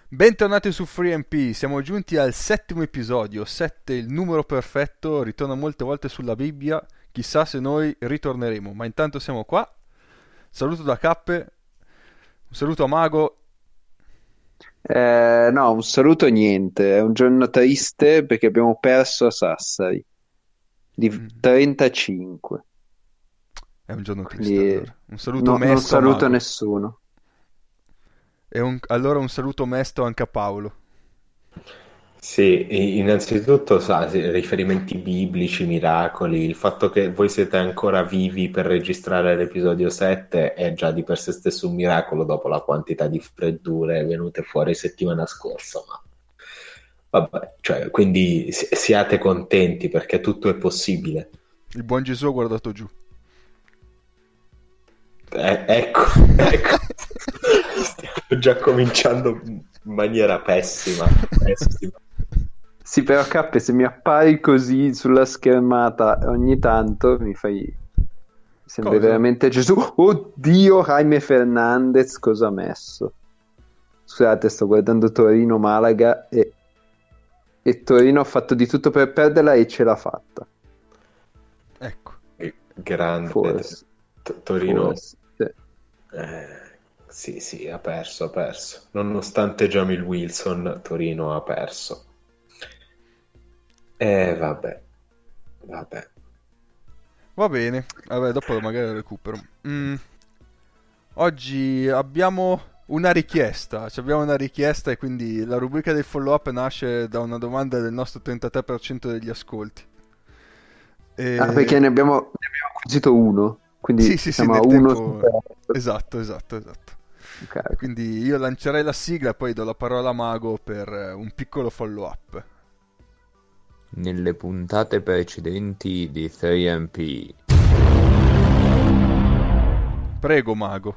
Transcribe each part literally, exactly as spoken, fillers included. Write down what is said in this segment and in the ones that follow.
Bentornati su FreeMP, siamo giunti al settimo episodio, sette il numero perfetto, ritorna molte volte sulla Bibbia, chissà se noi ritorneremo, ma intanto siamo qua. Saluto da Cappe, un saluto a Mago. Eh, no, un saluto niente, è un giorno triste perché abbiamo perso a Sassari di Mm, trentacinque, È un giorno triste quindi allora. Un saluto no- non mesto a saluto Mago. nessuno. E un- allora un saluto mesto anche a Paolo. Sì, i- innanzitutto, sa, sì, riferimenti biblici, miracoli, il fatto che voi siete ancora vivi per registrare l'episodio sette è già di per sé stesso un miracolo dopo la quantità di freddure venute fuori settimana scorsa, ma vabbè, cioè, quindi si- siate contenti perché tutto è possibile. Il buon Gesù ha guardato giù. Eh, ecco, ecco, stiamo già cominciando in maniera pessima, pessima. Sì, però Cappe, se mi appari così sulla schermata ogni tanto mi fai... Sembri Cosa? veramente Gesù. Oddio, Jaime Fernandez cosa ha messo? Scusate, sto guardando Torino-Malaga e... e Torino ha fatto di tutto per perderla e ce l'ha fatta. Ecco. Grande Forse, T- Torino. forse. Sì. Eh, sì, sì, ha perso, ha perso. Nonostante Jamil Wilson, Torino ha perso. E vabbè, vabbè. Va bene, vabbè, dopo magari lo recupero. Mm, Oggi abbiamo una richiesta, cioè abbiamo una richiesta e quindi la rubrica del follow up nasce da una domanda del nostro trentatré per cento degli ascolti. Ah, perché E... ne abbiamo, ne abbiamo acquisito uno, Sì, quindi sì, sì, siamo a nel uno su tempo... tre. Esatto, esatto, esatto. Ok, E ok. quindi io lancerei la sigla e poi do la parola a Mago per eh, un piccolo follow up. Nelle puntate precedenti di tre M P. Prego, Mago.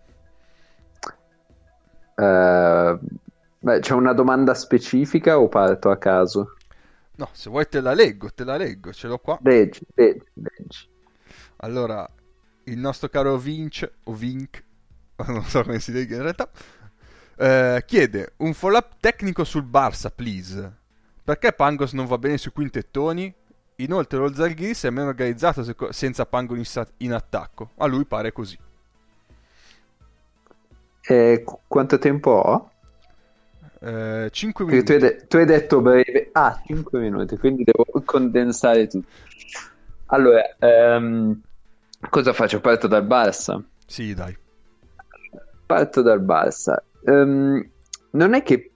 Eh, beh, c'è una domanda specifica o parto a caso? No, se vuoi te la leggo, te la leggo, ce l'ho qua. Leggi, leggi, leggi. Allora, il nostro caro Vince, o Vink, non so come si dice in realtà, eh, chiede un follow-up tecnico sul Barça, please. Perché Pangos non va bene sui quintettoni? Inoltre lo Zalgiris è meno organizzato se- senza Pangos in, sa- in attacco. A lui pare così. Eh, qu- quanto tempo ho? Eh, cinque Perché tu hai, minuti. de- tu hai detto breve. Ah, cinque minuti, quindi devo condensare tutto. Allora, ehm, cosa faccio? Parto dal Barça. Sì, dai. Parto dal Barça. Ehm, non è che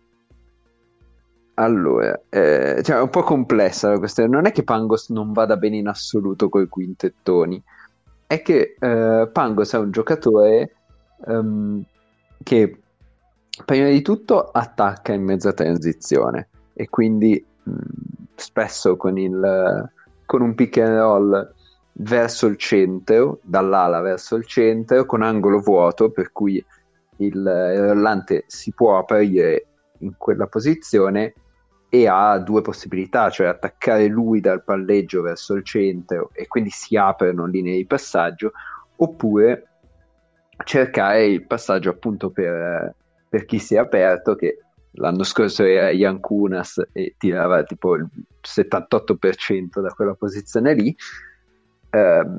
allora, eh, cioè è un po' complessa la questione. Non è che Pangos non vada bene in assoluto coi quintettoni, è che eh, Pangos è un giocatore ehm, che prima di tutto attacca in mezza transizione e quindi mh, spesso con il, con un pick and roll verso il centro, dall'ala verso il centro, con angolo vuoto, per cui il, il rollante si può aprire in quella posizione e ha due possibilità, cioè attaccare lui dal palleggio verso il centro e quindi si aprono linee di passaggio, oppure cercare il passaggio appunto per, per chi si è aperto, che l'anno scorso era Jan Kunas e tirava tipo il settantotto per cento da quella posizione lì. Ehm,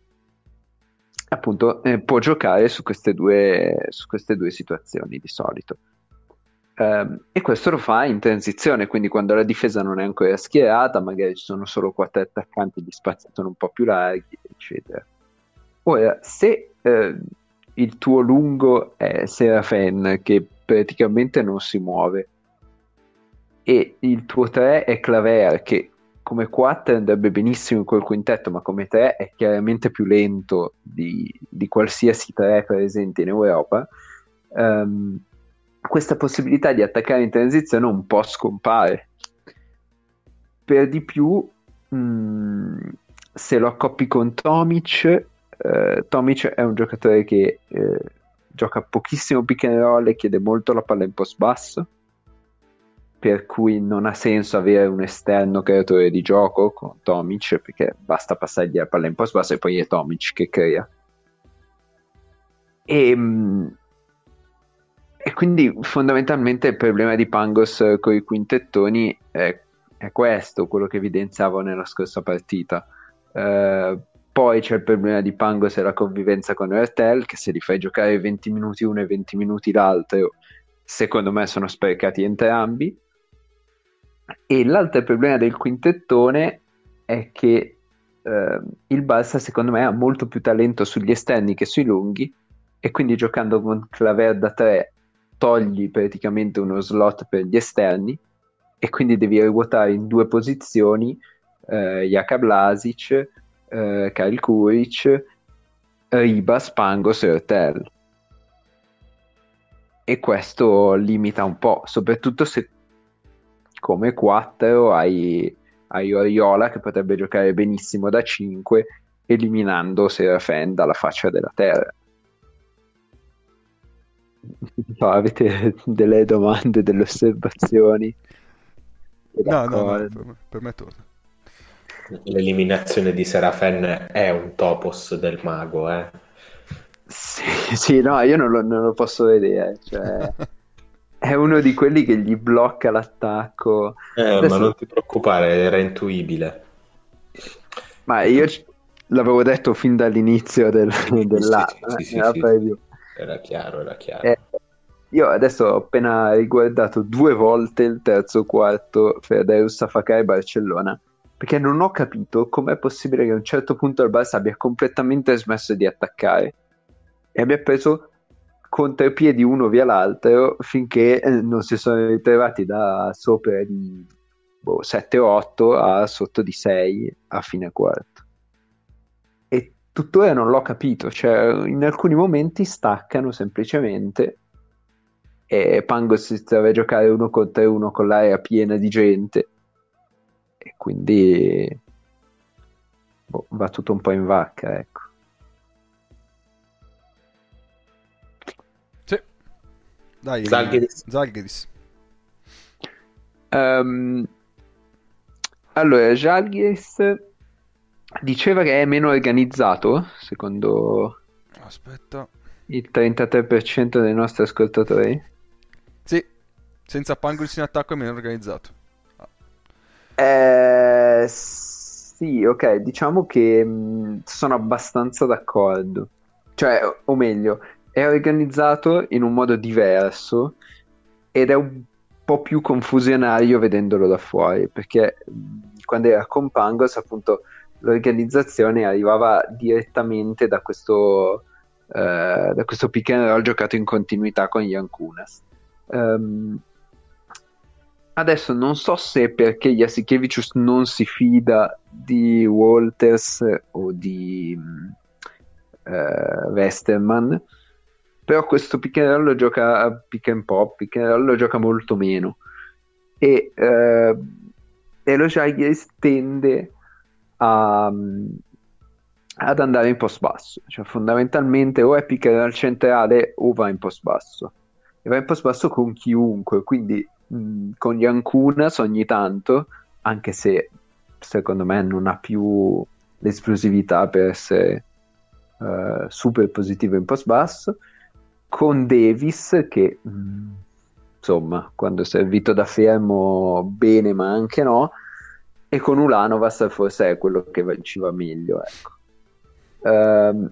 appunto eh, può giocare su queste due, su queste due situazioni di solito. Ehm, e questo lo fa in transizione, quindi quando la difesa non è ancora schierata, magari ci sono solo quattro attaccanti, gli spazi sono un po' più larghi, eccetera. Ora, se eh, il tuo lungo è Serafen, che praticamente non si muove, e il tuo tre è Claver, che come quattro andrebbe benissimo in quel quintetto, ma come tre è chiaramente più lento di, di qualsiasi tre presente in Europa, ehm, questa possibilità di attaccare in transizione un po' scompare. Per di più, mh, se lo accoppi con Tomic, eh, Tomic è un giocatore che eh, gioca pochissimo pick and roll e chiede molto la palla in post basso, per cui non ha senso avere un esterno creatore di gioco con Tomic, perché basta passargli la palla in post basso e poi è Tomic che crea. E, mh, E quindi fondamentalmente il problema di Pangos con i quintettoni è, è questo, quello che evidenziavo nella scorsa partita. Eh, poi c'è il problema di Pangos e la convivenza con Ertel, che se li fai giocare venti minuti uno e venti minuti l'altro, secondo me sono sprecati entrambi. E l'altro problema del quintettone è che eh, il Barça secondo me ha molto più talento sugli esterni che sui lunghi, e quindi giocando con Claver da tre togli praticamente uno slot per gli esterni, e quindi devi ruotare in due posizioni eh, Jaka Blasic, eh, Kyle Kuric, Ribas, Pangos e Ertel. E questo limita un po', soprattutto se come quattro hai, hai Oriola che potrebbe giocare benissimo da cinque, eliminando Serafen dalla faccia della terra. No, avete delle domande, delle osservazioni? No, no, no, per me, per me torna. L'eliminazione di Serafen è un topos del mago, eh? Sì, sì, no, io non lo, non lo posso vedere, cioè è uno di quelli che gli blocca l'attacco. Eh, Adesso... ma non ti preoccupare, era intuibile. Ma io c- l'avevo detto fin dall'inizio del, Sì, dell'anno, sì, eh, sì, nella sì, preview. era chiaro, era chiaro. Eh, io adesso ho appena riguardato due volte il terzo quarto Federus Safaka e Barcellona, perché non ho capito com'è possibile che a un certo punto il Barça abbia completamente smesso di attaccare e abbia preso contropiedi uno via l'altro finché eh, non si sono ritrovati da sopra di boh, sette otto a sotto di sei a fine quarto. E tuttora non l'ho capito, cioè in alcuni momenti staccano semplicemente e Pangos si trova a giocare uno contro uno con l'area piena di gente e quindi boh, va tutto un po' in vacca, ecco. Sì, dai, Zalgiris. Zalgiris. Um, allora, Žalgiris diceva che è meno organizzato, secondo Aspetta. il trentatré per cento dei nostri ascoltatori. Sì, senza Pangos in attacco è meno organizzato. Ah. Eh, sì, ok, diciamo che mh, sono abbastanza d'accordo. Cioè, o, o meglio, è organizzato in un modo diverso ed è un po' più confusionario vedendolo da fuori, perché mh, quando era con Pangos, appunto, l'organizzazione arrivava direttamente da questo, eh, da questo pick and roll giocato in continuità con Jan Kunas. Um, adesso non so se perché Jasikevicius non si fida di Walters o di uh, Westerman, però questo pick and roll lo gioca pick and pop, pick and roll lo gioca molto meno e, uh, e lo Žalgiris tende a, ad andare in post basso, cioè fondamentalmente o è pick and roll centrale o va in post basso e va in post basso con chiunque, quindi mh, con Jan Kunas ogni tanto, anche se secondo me non ha più l'esplosività per essere uh, super positivo in post basso, con Davis che mh, insomma quando è servito da fermo bene ma anche no, e con Ulanovas forse è quello che va, ci va meglio, ecco. Uh,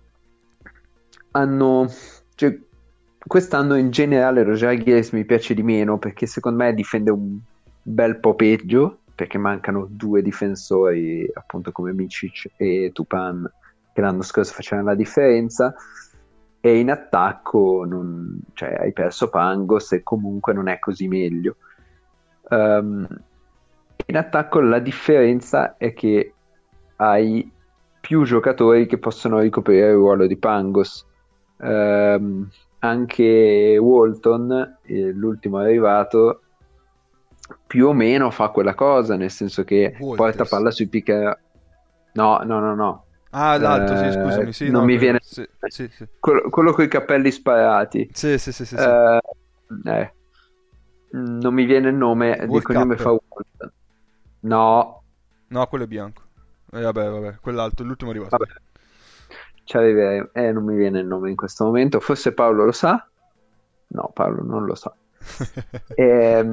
hanno cioè, quest'anno in generale lo Žalgiris mi piace di meno perché secondo me difende un bel po' peggio, perché mancano due difensori appunto come Micic e Tupan che l'anno scorso facevano la differenza, e in attacco non, cioè, hai perso Pangos e comunque non è così meglio. Um, in attacco la differenza è che hai più giocatori che possono ricoprire il ruolo di Pangos. Um, anche Walton, eh, l'ultimo arrivato, più o meno fa quella cosa, nel senso che Walters. porta palla sui pick. No, no, no, no. Ah, l'altro, Eh, sì, scusami, sì, non no, mi quello- viene sì, sì, sì. quello, quello con i capelli sparati. Sì, sì, sì, sì, sì. Eh, eh, non mi viene il nome, di World cognome Cup. fa Walton. No, No, quello è bianco. Eh, vabbè, vabbè, quell'altro, l'ultimo arrivato. vabbè. Ci arriveremo. Eh, non mi viene il nome in questo momento, forse Paolo lo sa. No, Paolo non lo sa. e,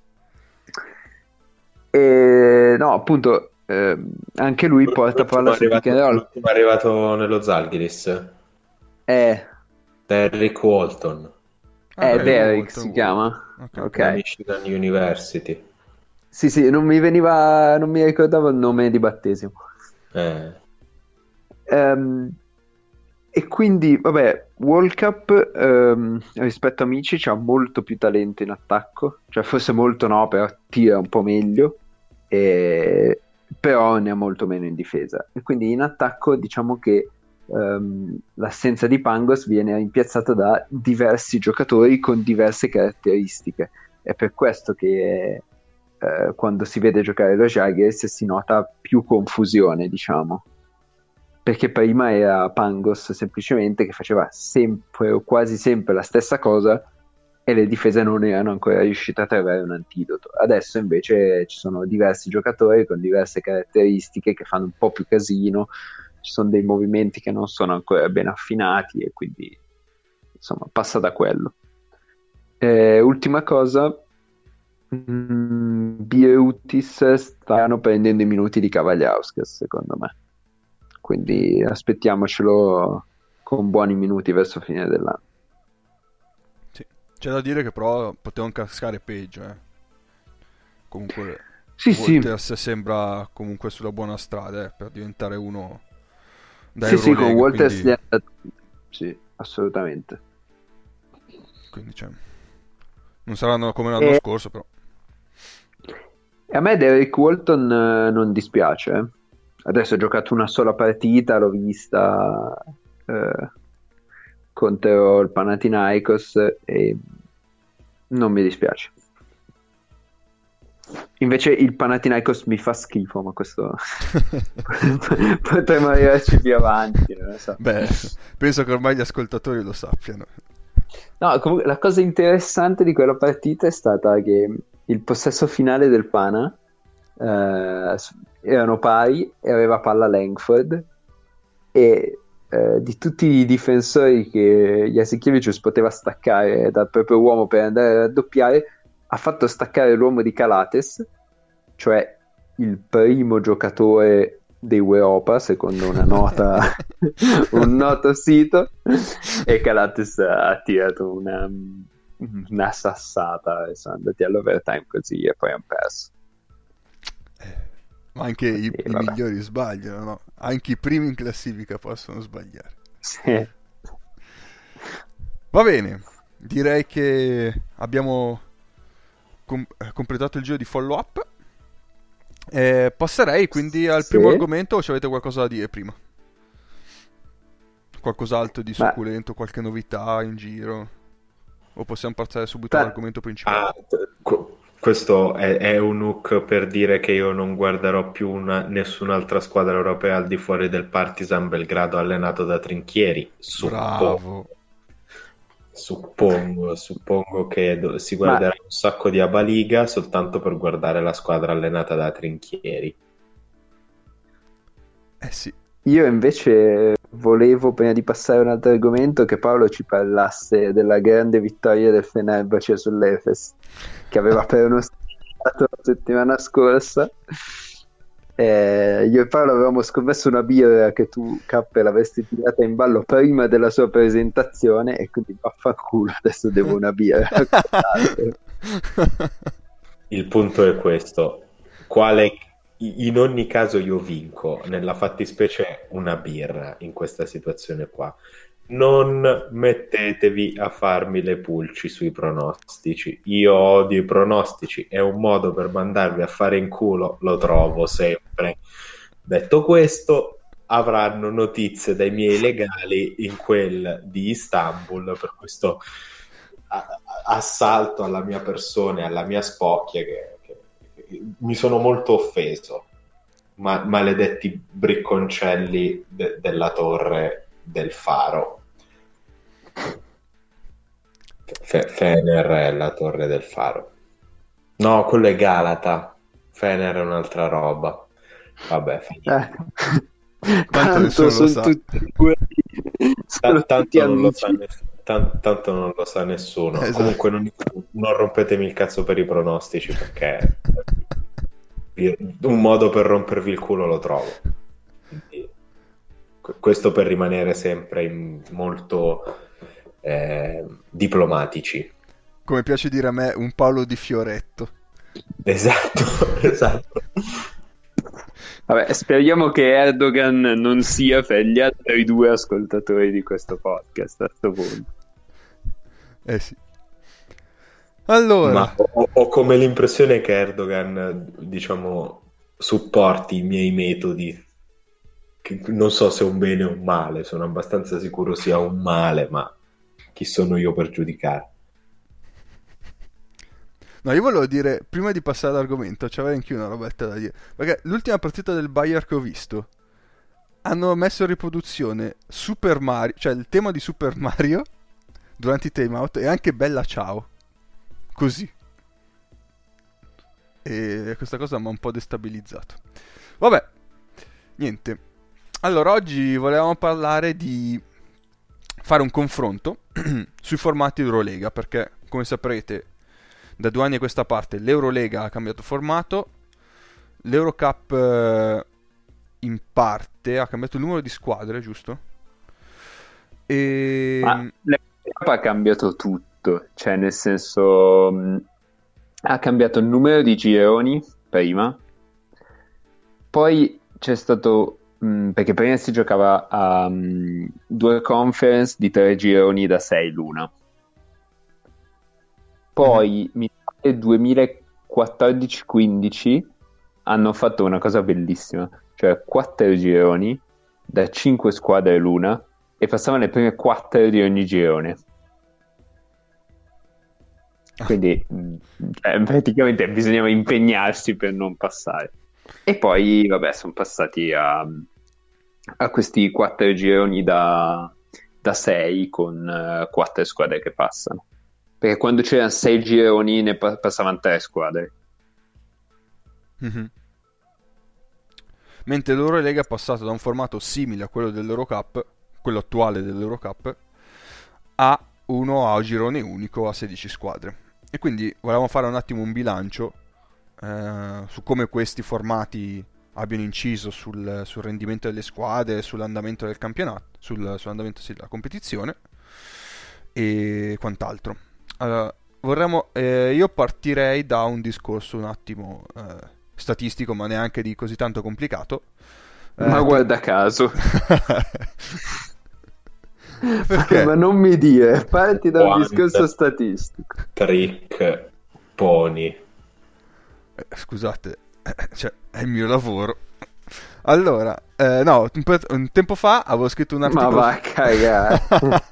e, no, appunto, eh, anche lui porta palla sul pick and roll. L'ultimo è arrivato nello Zalgiris. È Derrick Walton. Ah, è Derrick si Walton. Chiama. Ok. Okay. Michigan University. Sì, sì, non mi veniva, non mi ricordavo il nome di battesimo. Eh. Um, e quindi, vabbè, World Cup um, rispetto a Amici c'ha molto più talento in attacco, cioè forse molto no, però tira un po' meglio, e... però ne ha molto meno in difesa. E quindi in attacco diciamo che um, l'assenza di Pangos viene rimpiazzata da diversi giocatori con diverse caratteristiche. È per questo che eh, quando si vede giocare lo Žalgiris si nota più confusione, diciamo. Perché prima era Pangos semplicemente che faceva sempre o quasi sempre la stessa cosa e le difese non erano ancora riuscite a trovare un antidoto. Adesso invece ci sono diversi giocatori con diverse caratteristiche che fanno un po' più casino, ci sono dei movimenti che non sono ancora ben affinati e quindi insomma passa da quello. Eh, ultima cosa, mm, Birutis stanno prendendo i minuti di Kavaliauskas secondo me. Quindi aspettiamocelo con buoni minuti verso fine dell'anno. Sì. C'è da dire che però potevano cascare peggio. Eh. Comunque sì, Walters sì. sembra comunque sulla buona strada eh, per diventare uno da Sì, Eurolega, sì, con Walters quindi... è... sì, assolutamente. Quindi cioè, non saranno come l'anno e... scorso però. E a me Derrick Walton eh, non dispiace, eh. Adesso ho giocato una sola partita, l'ho vista eh, contro il Panathinaikos e non mi dispiace. Invece il Panathinaikos mi fa schifo, ma questo potremmo arrivarci più avanti, non lo so. Beh, penso che ormai gli ascoltatori lo sappiano. No, comunque la cosa interessante di quella partita è stata che il possesso finale del Pana eh, erano pari e aveva palla Langford e eh, di tutti i difensori che Jasikevičius poteva staccare dal proprio uomo per andare a raddoppiare, ha fatto staccare l'uomo di Calates, cioè il primo giocatore d'Europa secondo una nota un noto sito, e Calates ha tirato una, una sassata e sono andati all'overtime così e poi hanno perso. Ma anche i, sì, i migliori sbagliano, no? Anche i primi in classifica possono sbagliare. Sì. Va bene, direi che abbiamo com- completato il giro di follow up. Eh, passerei quindi al sì. primo argomento, o ci avete qualcosa da dire prima? Qualcos'altro di succulento, Beh. qualche novità in giro? O possiamo passare subito Beh. all'argomento principale? Ah, co- questo è, è un hook per dire che io non guarderò più una, nessun'altra squadra europea al di fuori del Partizan Belgrado allenato da Trinchieri. Bravo. Suppongo, suppongo, suppongo che do- si guarderà Ma... un sacco di Abaliga soltanto per guardare la squadra allenata da Trinchieri. Eh sì. Io invece volevo, prima di passare a un altro argomento, che Paolo ci parlasse della grande vittoria del Fenerbahce sull'Efes, che aveva pronosticato la settimana scorsa. Eh, io e Paolo avevamo scommesso una birra che tu, Cappe, l'avresti tirata in ballo prima della sua presentazione, e quindi vaffanculo, adesso devo una birra. Il punto è questo: quale... in ogni caso io vinco, nella fattispecie una birra in questa situazione qua. Non mettetevi a farmi le pulci sui pronostici. Io odio i pronostici, è un modo per mandarvi a fare in culo, lo trovo sempre. Detto questo, avranno notizie dai miei legali in quel di Istanbul per questo assalto alla mia persona e alla mia spocchia che, che, che mi sono molto offeso. Ma, maledetti bricconcelli de- della torre del Faro. Fe- Fener è la torre del Faro. No, quello è Galata. Fener è un'altra roba. Vabbè, eh, tanto sono tutti due sono tanto tutti non lo amici. sa nessuno. Tan- tanto non lo sa nessuno. Esatto. Comunque non, non rompetemi il cazzo per i pronostici, perché vi- un modo per rompervi il culo lo trovo. Quindi, que- questo per rimanere sempre in- molto eh, diplomatici. Come piace dire a me, un Paolo di Fioretto. Esatto, esatto. Vabbè, speriamo che Erdogan non sia fra gli altri due ascoltatori di questo podcast a questo punto. Eh sì. Allora, Ma ho, ho come l'impressione che Erdogan, diciamo, supporti i miei metodi, che non so se è un bene o un male, sono abbastanza sicuro sia un male, ma chi sono io per giudicare? no, io volevo dire, prima di passare all'argomento, c'avevo anche una robetta da dire. Perché l'ultima partita del Bayern che ho visto, hanno messo in riproduzione Super Mario, cioè il tema di Super Mario durante i time out e anche Bella Ciao. Così. E questa cosa mi ha un po' destabilizzato. Vabbè, niente. Allora, oggi volevamo parlare di fare un confronto sui formati Eurolega, perché, come saprete, da due anni a questa parte l'Eurolega ha cambiato formato, l'Eurocup eh, in parte ha cambiato il numero di squadre, giusto? E... Ma l'Europa ha cambiato tutto, cioè nel senso mh, ha cambiato il numero di gironi prima, poi c'è stato, mh, perché prima si giocava a mh, due conference di tre gironi da sei l'una. Poi mi pare duemilaquattordici quindici hanno fatto una cosa bellissima, cioè quattro gironi da cinque squadre l'una e passavano le prime quattro di ogni girone. Quindi mh, cioè, praticamente bisognava impegnarsi per non passare. E poi, vabbè, sono passati a, a questi quattro gironi da, da sei con uh, quattro squadre che passano. Perché quando c'erano sei gironi ne pa- passavano tre squadre. Mhm. Mentre l'Eurolega è passato da un formato simile a quello dell'Eurocup, quello attuale dell'Eurocup, a uno a girone unico a sedici squadre. E quindi volevamo fare un attimo un bilancio eh, su come questi formati abbiano inciso sul, sul rendimento delle squadre, sull'andamento del campionato, sul, sull'andamento sì, della competizione e quant'altro. Allora, vorremmo, eh, io partirei da un discorso un attimo eh, statistico, ma neanche di così tanto complicato. Eh, Ma tu- guarda caso. Perché? Ma non mi dire, parti da un Quando- discorso statistico. Trick, pony. Eh, scusate, eh, cioè, è il mio lavoro. Allora, eh, no, un, po- un tempo fa avevo scritto un Ma articolo. va a cagare.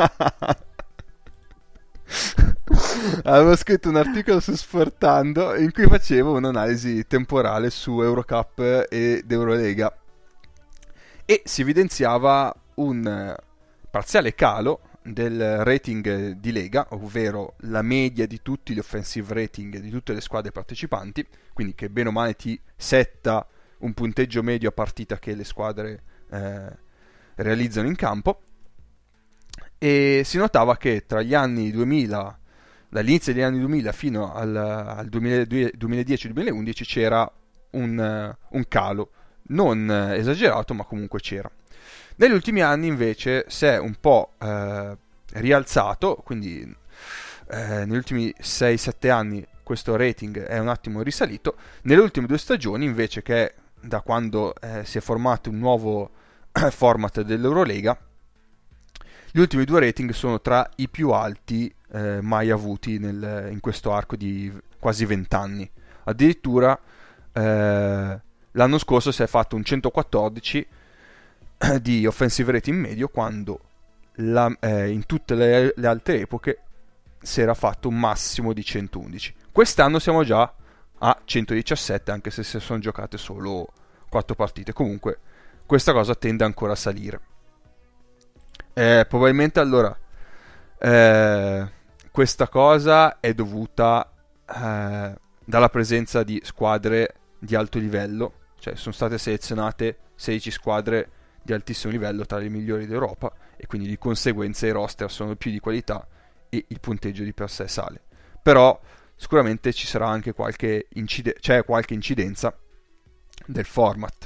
Avevo scritto un articolo su Sportando in cui facevo un'analisi temporale su Eurocup ed Eurolega e si evidenziava un eh, parziale calo del rating di Lega, ovvero la media di tutti gli offensive rating di tutte le squadre partecipanti, quindi che bene o male ti setta un punteggio medio a partita che le squadre eh, realizzano in campo. E si notava che tra gli anni duemila, dall'inizio degli anni duemila fino al, al duemiladieci duemilaundici c'era un, uh, un calo, non uh, esagerato ma comunque c'era. Negli ultimi anni invece si è un po' uh, rialzato, quindi uh, negli ultimi sei sette anni questo rating è un attimo risalito. Nelle ultime due stagioni invece, che è da quando uh, si è formato un nuovo format dell'Eurolega, gli ultimi due rating sono tra i più alti eh, mai avuti nel, in questo arco di quasi vent'anni. Addirittura eh, l'anno scorso si è fatto un centoquattordici eh, di offensive rating medio, quando la, eh, in tutte le, le altre epoche si era fatto un massimo di centoundici. Quest'anno siamo già a centodiciassette, anche se si sono giocate solo quattro partite. Comunque questa cosa tende ancora a salire. Eh, probabilmente allora eh, questa cosa è dovuta eh, dalla presenza di squadre di alto livello, cioè sono state selezionate sedici squadre di altissimo livello tra le migliori d'Europa e quindi di conseguenza i roster sono più di qualità e il punteggio di per sé sale. Però sicuramente ci sarà anche qualche, incide- c'è qualche incidenza del format.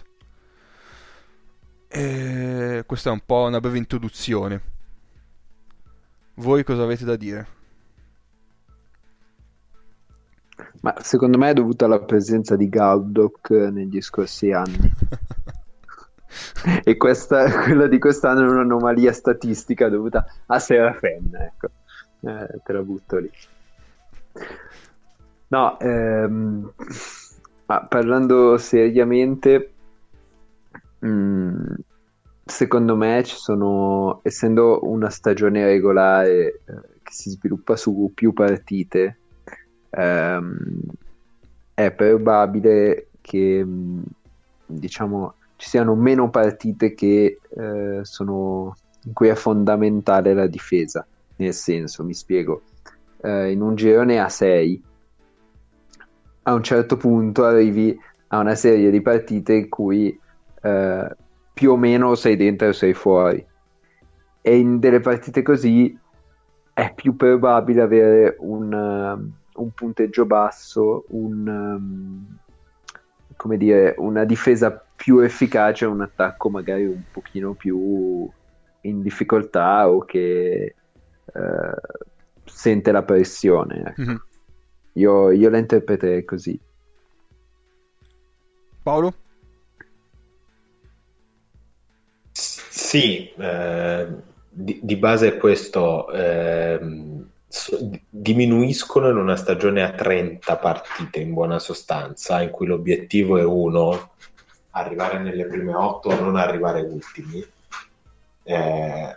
E questa è un po' una breve introduzione. Voi cosa avete da dire? Ma secondo me è dovuta alla presenza di Gaudok negli scorsi anni. E questa, quella di quest'anno è un'anomalia statistica dovuta a Serafen, ecco. Eh, te la butto lì. No, ehm, ma parlando seriamente, mh, secondo me ci sono, essendo una stagione regolare eh, che si sviluppa su più partite, ehm, è probabile che mh, diciamo ci siano meno partite che eh, sono in cui è fondamentale la difesa. Nel senso, mi spiego, eh, in un girone a sei a un certo punto arrivi a una serie di partite in cui eh, più o meno sei dentro o sei fuori, e in delle partite così è più probabile avere un, uh, un punteggio basso, un, um, come dire, una difesa più efficace, un attacco magari un pochino più in difficoltà o che uh, sente la pressione, ecco. Mm-hmm. Io, io la interpreterei così. Paolo? Sì, eh, di, di base questo eh, so, diminuiscono in una stagione a trenta partite in buona sostanza, in cui l'obiettivo è uno, arrivare nelle prime otto o non arrivare ultimi. Eh,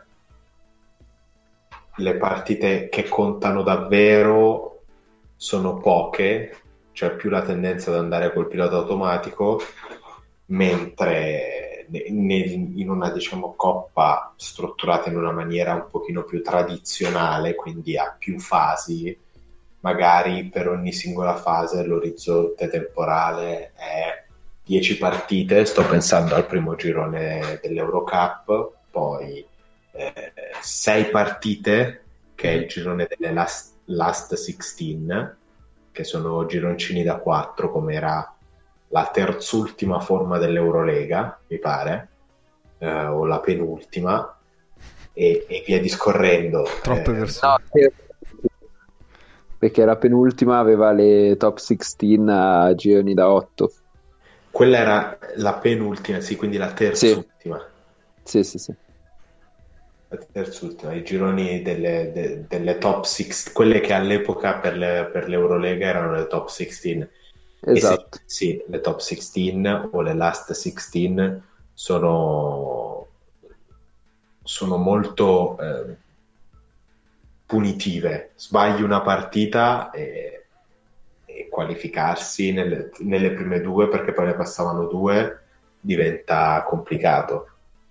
le partite che contano davvero sono poche, c'è più la tendenza ad andare col pilota automatico, mentre in una, diciamo, coppa strutturata in una maniera un pochino più tradizionale, quindi a più fasi, magari per ogni singola fase l'orizzonte temporale è dieci partite, sto pensando al primo girone dell'Eurocup, poi eh, sei partite, che è il girone delle last, last sixteen, che sono gironcini da quattro, come era la terzultima forma dell'Eurolega, mi pare, eh, o la penultima, e, e via discorrendo. Troppe eh, versioni. No, perché la penultima aveva le top sedici a gironi da otto. Quella era la penultima, sì, quindi la terzultima. Sì, sì, sì. sì. La terzultima, i gironi delle, de, delle top six, quelle che all'epoca per, le, per l'Eurolega erano le top sedici. Esatto. Se, sì, le top sedici o le last sedici sono, sono molto eh, punitive. Sbagli una partita e, e qualificarsi nelle, nelle prime due, perché poi ne passavano due, diventa complicato.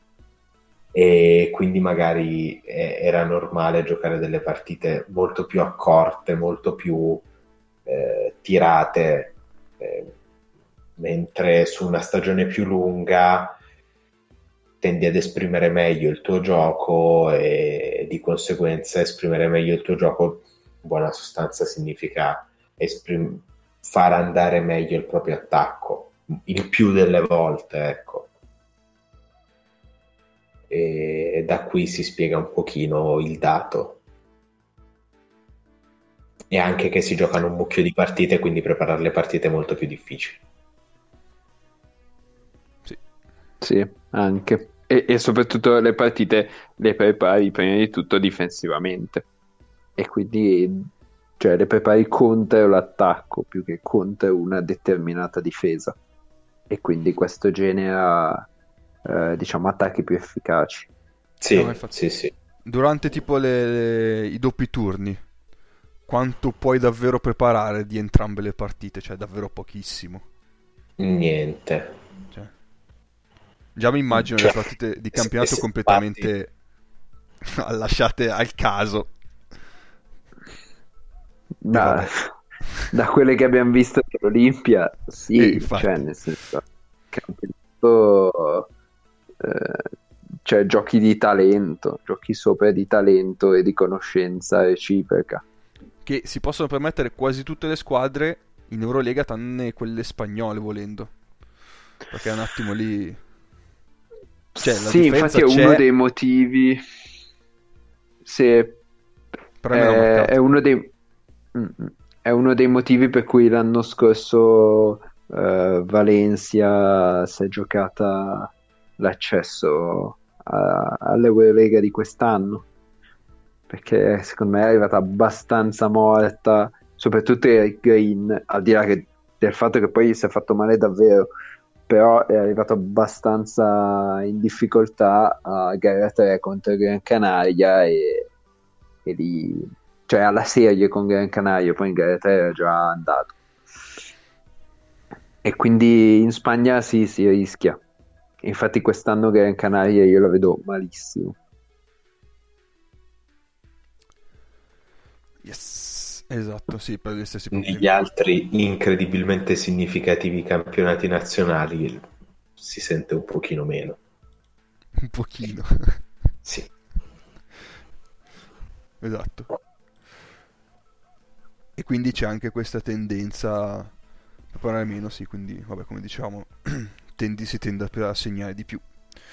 E quindi magari eh, era normale giocare delle partite molto più accorte, molto più eh, tirate, eh, mentre su una stagione più lunga tendi ad esprimere meglio il tuo gioco e di conseguenza esprimere meglio il tuo gioco in buona sostanza significa esprim- far andare meglio il proprio attacco il più delle volte, ecco. E da qui si spiega un pochino il dato, e anche che si giocano un mucchio di partite, quindi preparare le partite è molto più difficile. Sì, sì, anche e, e soprattutto le partite le prepari prima di tutto difensivamente, e quindi cioè le prepari contro l'attacco più che contro una determinata difesa, e quindi questo genera Eh, diciamo attacchi più efficaci. Sì, no, infatti, sì, sì. Durante tipo le, le, i doppi turni, quanto puoi davvero preparare di entrambe le partite? Cioè davvero pochissimo. Niente. Cioè, già mi immagino cioè, le partite di campionato se, se completamente parti... lasciate al caso. Da, da quelle che abbiamo visto all'Olimpia, sì, eh, cioè nel senso campionato Eh, cioè giochi di talento, giochi sopra di talento e di conoscenza reciproca. Che si possono permettere quasi tutte le squadre in Eurolega, tranne quelle spagnole, volendo. Perché è un attimo lì... Cioè, la sì, differenza infatti è c'è, uno dei motivi. Se però è meno è, marcato. è uno dei mm, mm. è uno dei motivi per cui l'anno scorso eh, Valencia si è giocata l'accesso a- all'Eurolega di quest'anno, perché secondo me è arrivata abbastanza morta, soprattutto Eric Green, al di là che- del fatto che poi si è fatto male davvero, però è arrivato abbastanza in difficoltà a gara tre contro Gran Canaria e, e lì, cioè alla serie con Gran Canaria, poi in gara tre era già andato. E quindi in Spagna sì, si rischia. Infatti quest'anno Gran Canaria io la vedo malissimo. Yes, esatto, sì, per gli stessi Negli problemi. altri incredibilmente significativi campionati nazionali si sente un pochino meno. Un pochino. Sì. Esatto. E quindi c'è anche questa tendenza a preparare meno, sì, quindi, vabbè, come dicevamo, tendi, si tende a segnare di più.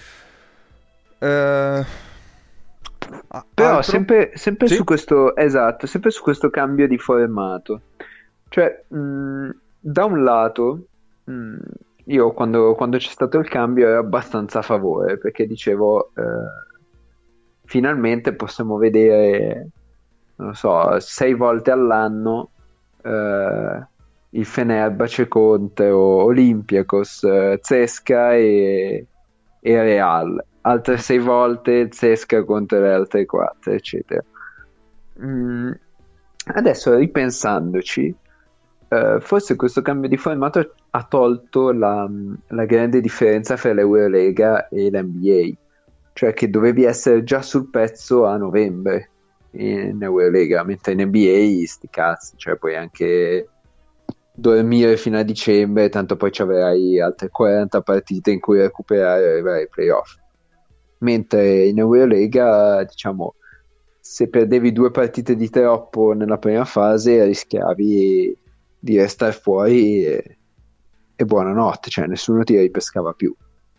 Eh, ah, Però altro? sempre, sempre Sì? su questo, esatto, sempre su questo cambio di formato. Cioè, mh, da un lato, mh, io quando, quando c'è stato il cambio ero abbastanza a favore, perché dicevo, eh, finalmente possiamo vedere, non lo so, sei volte all'anno eh, il Fenerbahce contro Olympiacos, eh, Cesca e, e Real, altre sei volte il Cesca contro le altre quattro, eccetera. Mm, adesso ripensandoci, eh, forse questo cambio di formato ha tolto la, la grande differenza fra l'Eurolega e l'N B A, cioè che dovevi essere già sul pezzo a novembre in Eurolega, mentre in N B A sti cazzi, cioè puoi anche dormire fino a dicembre, tanto poi ci avrai altre quaranta partite in cui recuperare e arrivare ai playoff. Mentre in Eurolega, diciamo, se perdevi due partite di troppo nella prima fase rischiavi di restare fuori e, e buonanotte, cioè nessuno ti ripescava più.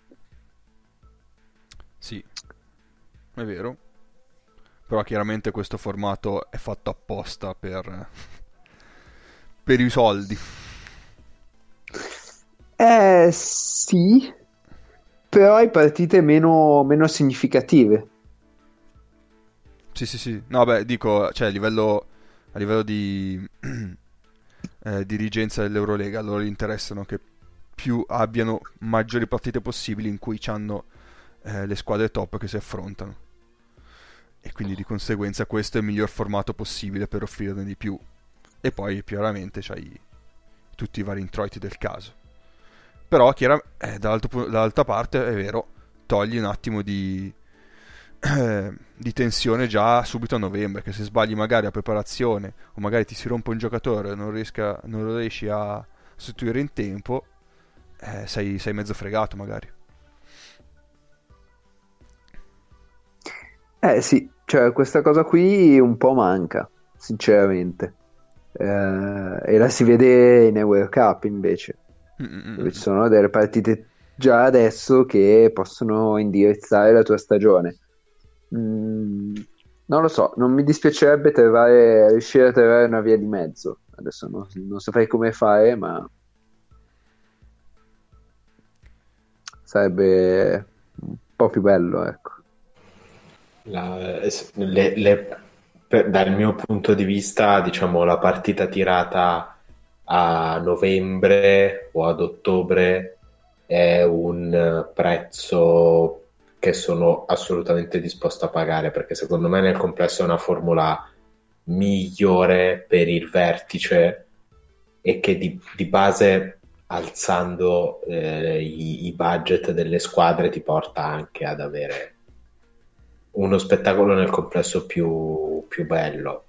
Sì, è vero. Però chiaramente questo formato è fatto apposta per, per i soldi. Eh sì, però hai partite meno, meno significative. Sì, sì, sì. No, beh, dico, cioè a livello, a livello di eh, dirigenza dell'Eurolega, loro gli interessano che più abbiano maggiori partite possibili in cui hanno eh, le squadre top che si affrontano. E quindi di conseguenza questo è il miglior formato possibile per offrirne di più. E poi chiaramente c'hai tutti i vari introiti del caso. Però chiaramente, eh, dall'altro- dall'altra parte è vero, togli un attimo di, eh, di tensione già subito a novembre, che se sbagli magari a preparazione o magari ti si rompe un giocatore e non, riesca, non lo riesci a sostituire in tempo, eh, sei, sei mezzo fregato magari. Eh sì, cioè questa cosa qui un po' manca, sinceramente. Eh, e la si vede in Euro Cup invece, dove ci Mm-mm-mm. sono delle partite già adesso che possono indirizzare la tua stagione. Mm, non lo so, non mi dispiacerebbe trovare, riuscire a trovare una via di mezzo. Adesso non, non saprei come fare, ma sarebbe un po' più bello, ecco. La- le- le- per- dal mio punto di vista, diciamo, la partita tirata a novembre o ad ottobre è un eh, prezzo che sono assolutamente disposto a pagare, perché secondo me nel complesso è una formula migliore per il vertice e che di, di base, alzando eh, i, i budget delle squadre, ti porta anche ad avere uno spettacolo nel complesso più, più bello.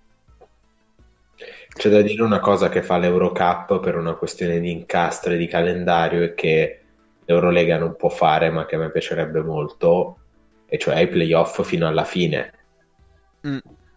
C'è da dire una cosa che fa l'Eurocup per una questione di incastre di calendario e che l'Eurolega non può fare, ma che a me piacerebbe molto, e cioè i playoff fino alla fine. Mm.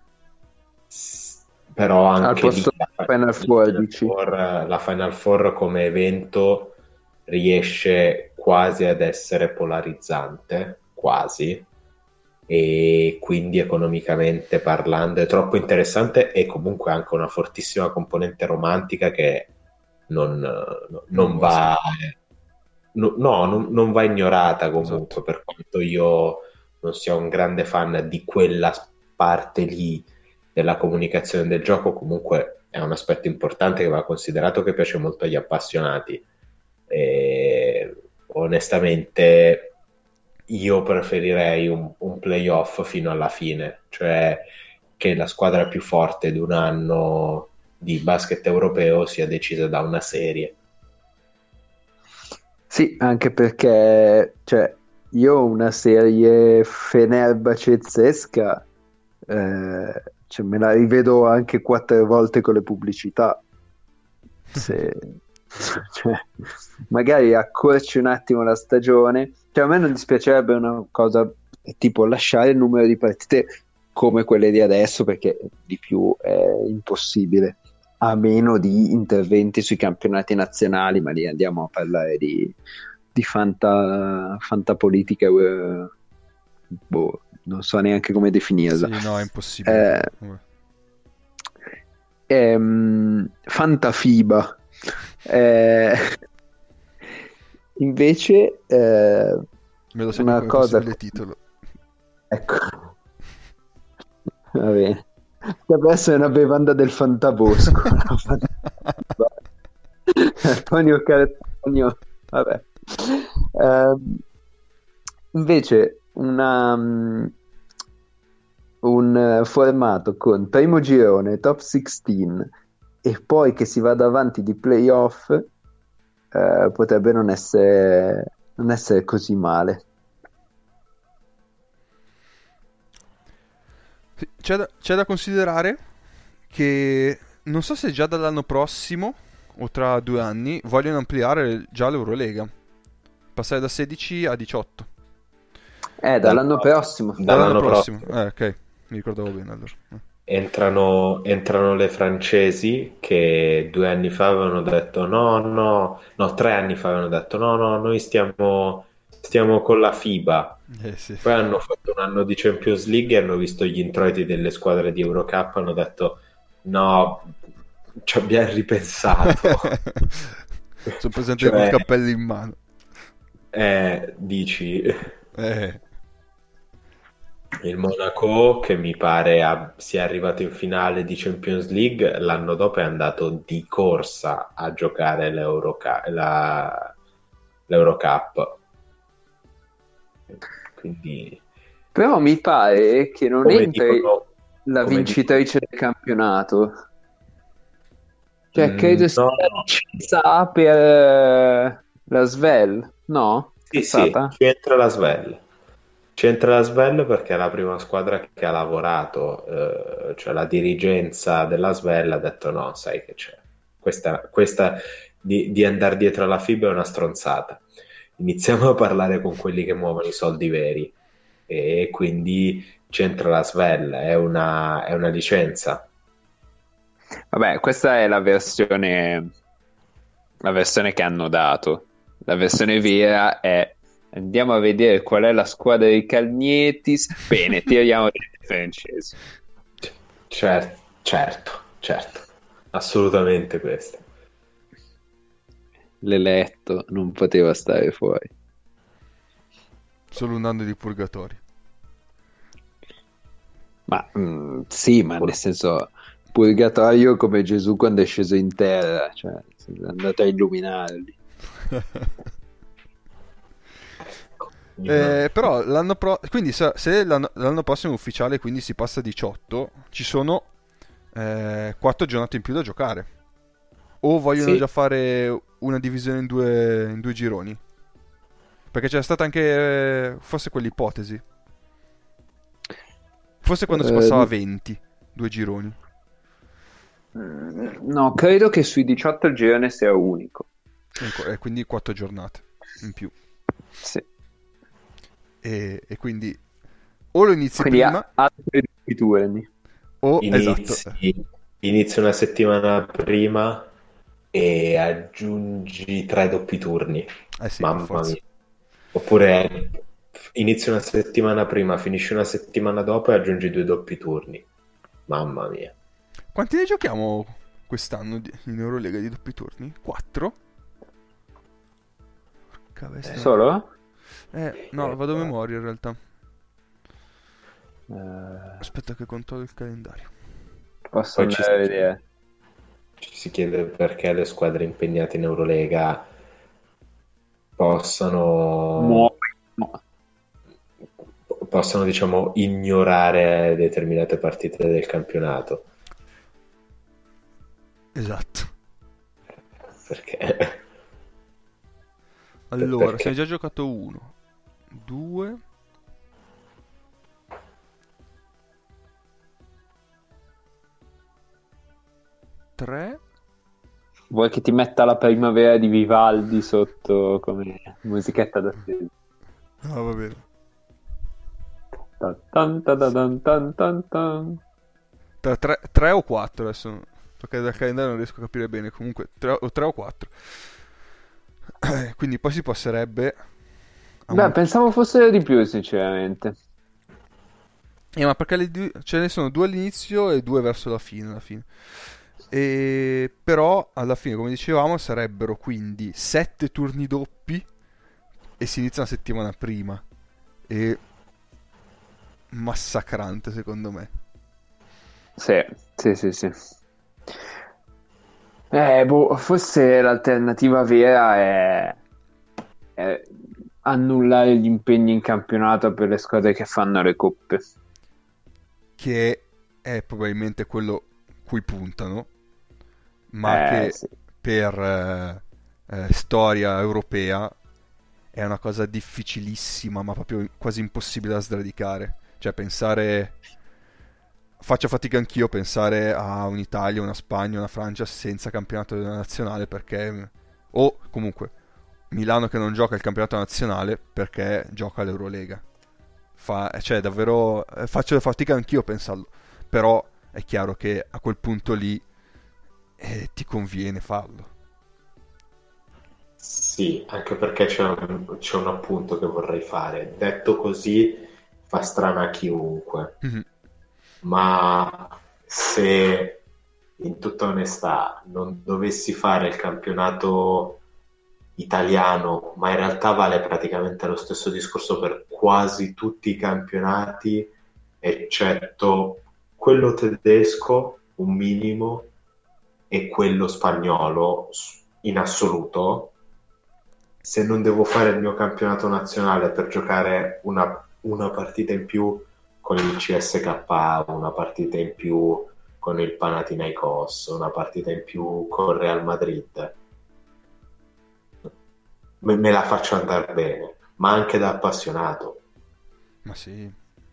Però Al anche lì posto la, del Final la Four, Final dici? Four, la Final Four come evento riesce quasi ad essere polarizzante, quasi, e quindi economicamente parlando è troppo interessante, e comunque anche una fortissima componente romantica che non, non Non va no, no, non, non va ignorata comunque, Esatto. per quanto io non sia un grande fan di quella parte lì della comunicazione del gioco, comunque è un aspetto importante che va considerato, che piace molto agli appassionati. E onestamente io preferirei un, un playoff fino alla fine, cioè che la squadra più forte di un anno di basket europeo sia decisa da una serie. Sì, anche perché cioè, io ho una serie fenerbahcesca, eh, cioè, me la rivedo anche quattro volte con le pubblicità. Se, cioè, magari accorci un attimo la stagione. Cioè, a me non dispiacerebbe una cosa tipo lasciare il numero di partite come quelle di adesso, perché di più è impossibile, a meno di interventi sui campionati nazionali, ma lì andiamo a parlare di, di fanta, fantapolitica, eh, boh, non so neanche come definirla. Sì, no, è impossibile. Eh, ehm, Fantafiba. Eh, invece eh, Me lo segno una come cosa, possibile titolo. ecco, va bene, potrebbe essere una bevanda del Fantabosco. Antonio Cartagno, vabbè. Ehm, invece una, um, un uh, formato con primo girone, top sedici e poi che si vada avanti di playoff, eh, potrebbe non essere, non essere così male. Sì, C'è da, c'è da considerare che non so se già dall'anno prossimo o tra due anni vogliono ampliare già l'Eurolega, passare da sedici a diciotto. Eh, dall'anno prossimo. Dall'anno Dall'anno prossimo. prossimo. Eh, ok, mi ricordavo bene allora. Eh. Entrano, entrano le francesi che due anni fa avevano detto no, no, no, tre anni fa avevano detto no, no, noi stiamo, stiamo con la FIBA. Eh, sì. Poi hanno fatto un anno di Champions League e hanno visto gli introiti delle squadre di Eurocup, hanno detto no, ci abbiamo ripensato. Sono presente Cioè, col cappello in mano. eh, dici... Eh. Il Monaco, che mi pare a- sia arrivato in finale di Champions League, l'anno dopo è andato di corsa a giocare l'Euroca- la- l'Eurocup. Quindi, Però mi pare che non come entri dicono, la come vincitrice del campionato. Cioè, Mm, credo sia no, la licenza A per eh, la Svel, no? sì, Cazzata? sì, c'entra la Svel. C'entra la Svel perché è la prima squadra che ha lavorato, eh, cioè la dirigenza della Svel ha detto no, sai che c'è. Questa, questa di, di andare dietro alla FIBA è una stronzata. Iniziamo a parlare con quelli che muovono i soldi veri, e quindi c'entra la Svel, è una, è una licenza. Vabbè, questa è la versione, la versione che hanno dato. La versione vera è: andiamo a vedere qual è la squadra di Calnietis. Bene, tiriamo dei francesi. Certo, certo, certo, assolutamente questo. L'eletto non poteva stare fuori. Solo un anno di purgatorio. Ma mm, sì, ma nel senso, purgatorio come Gesù quando è sceso in terra, cioè è andato a illuminarli. Eh, però l'anno pro- quindi se, se l'anno, l'anno prossimo è ufficiale, quindi si passa a diciotto, ci sono eh, quattro giornate in più da giocare. O vogliono Sì. già fare una divisione in due, in due gironi? Perché c'era stata anche eh, forse quell'ipotesi. Forse quando si Eh, passava a venti, due gironi. No, credo che sui diciotto il girone sia unico. E, e quindi quattro giornate in più. Sì. E, e quindi o lo inizi Quindi prima ha altre due turni. o Inizi, esatto. inizi una settimana prima e aggiungi tre doppi turni. Eh sì, per Mamma forza. mia. Oppure inizi una settimana prima, finisci una settimana dopo e aggiungi due doppi turni. Mamma mia. Quanti ne giochiamo quest'anno di- in Eurolega di doppi turni? Quattro? Porca bestia. Solo? Eh, no, vado a memoria in realtà. Eh, Aspetta che controllo il calendario. posso Poi ci andare a si, vedere. ci si chiede perché le squadre impegnate in Eurolega possano, Muovi. No. possano, diciamo, ignorare determinate partite del campionato. Esatto. Perché? Allora, Perché? se hai già giocato uno, due, tre. Vuoi che ti metta la primavera di Vivaldi sotto come musichetta da film? No, va bene. Tan tan tan tan tan tan. Tra tre, tre o quattro adesso. Perché dal calendario non riesco a capire bene. Comunque, tre, o tre o quattro. Eh, quindi poi si passerebbe a Beh, un... pensavo fossero di più, sinceramente. Eh, ma perché le due- ce ne sono due all'inizio e due verso la fine, alla fine. E però alla fine, come dicevamo, sarebbero quindi sette turni doppi e si inizia una settimana prima. E massacrante, secondo me. Sì, sì, sì, sì. Eh, boh, forse l'alternativa vera è... è annullare gli impegni in campionato per le squadre che fanno le coppe. Che è probabilmente quello cui puntano, ma Eh, che sì. per eh, eh, storia europea è una cosa difficilissima, ma proprio quasi impossibile da sradicare. Cioè, pensare... Faccio fatica anch'io a pensare a un'Italia, una Spagna, una Francia senza campionato nazionale perché... O comunque Milano che non gioca il campionato nazionale perché gioca l'Eurolega. Fa... Cioè, davvero... eh, Faccio fatica anch'io a pensarlo. Però è chiaro che a quel punto lì eh, ti conviene farlo. Sì, anche perché c'è un, c'è un appunto che vorrei fare. Detto così fa strana a chiunque, Mhm. ma se in tutta onestà non dovessi fare il campionato italiano, ma in realtà vale praticamente lo stesso discorso per quasi tutti i campionati, eccetto quello tedesco, un minimo, e quello spagnolo in assoluto. Se non devo fare il mio campionato nazionale per giocare una, una partita in più con il C S K A, una partita in più con il Panathinaikos, una partita in più con il Real Madrid, me, me la faccio andare bene, ma anche da appassionato. Ma sì.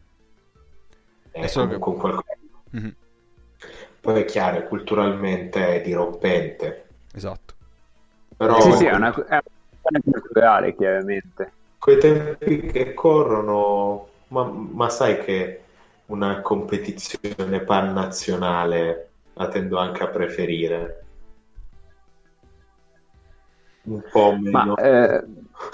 È È solo che... comunque un qualcosa. Mhm. Poi è chiaro, è culturalmente dirompente, Esatto. però Sì, Poi- sì, è una, è una questione culturale, chiaramente. coi tempi che corrono, ma, ma sai che una competizione pan-nazionale la tendo anche a preferire. Un po' Ma meno. eh,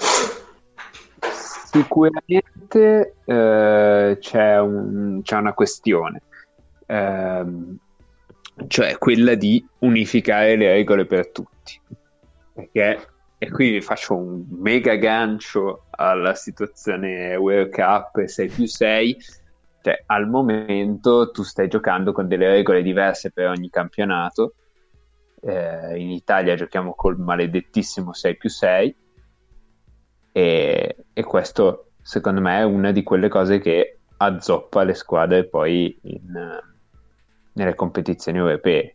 sicuramente eh, c'è un- c'è una questione, ehm, cioè quella di unificare le regole per tutti. Perché, e qui faccio un mega gancio alla situazione World Cup sei più sei, cioè al momento tu stai giocando con delle regole diverse per ogni campionato. Eh, in Italia giochiamo col maledettissimo sei più sei e, e questo secondo me è una di quelle cose che azzoppa le squadre poi in, eh, nelle competizioni europee,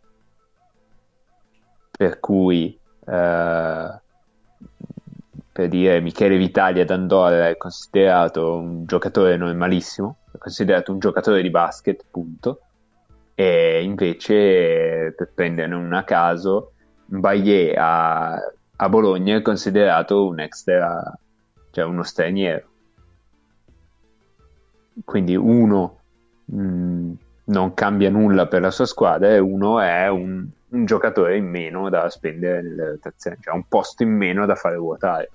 per cui eh, per dire Michele Vitali ad Andorra è considerato un giocatore normalissimo, è considerato un giocatore di basket, punto. E invece, per prenderne un a caso, Bailly a, a Bologna è considerato un extra, cioè uno straniero. quindi uno mh, non cambia nulla per la sua squadra e uno è un, un giocatore in meno da spendere nelle rotazioni, cioè un posto in meno da fare vuotare.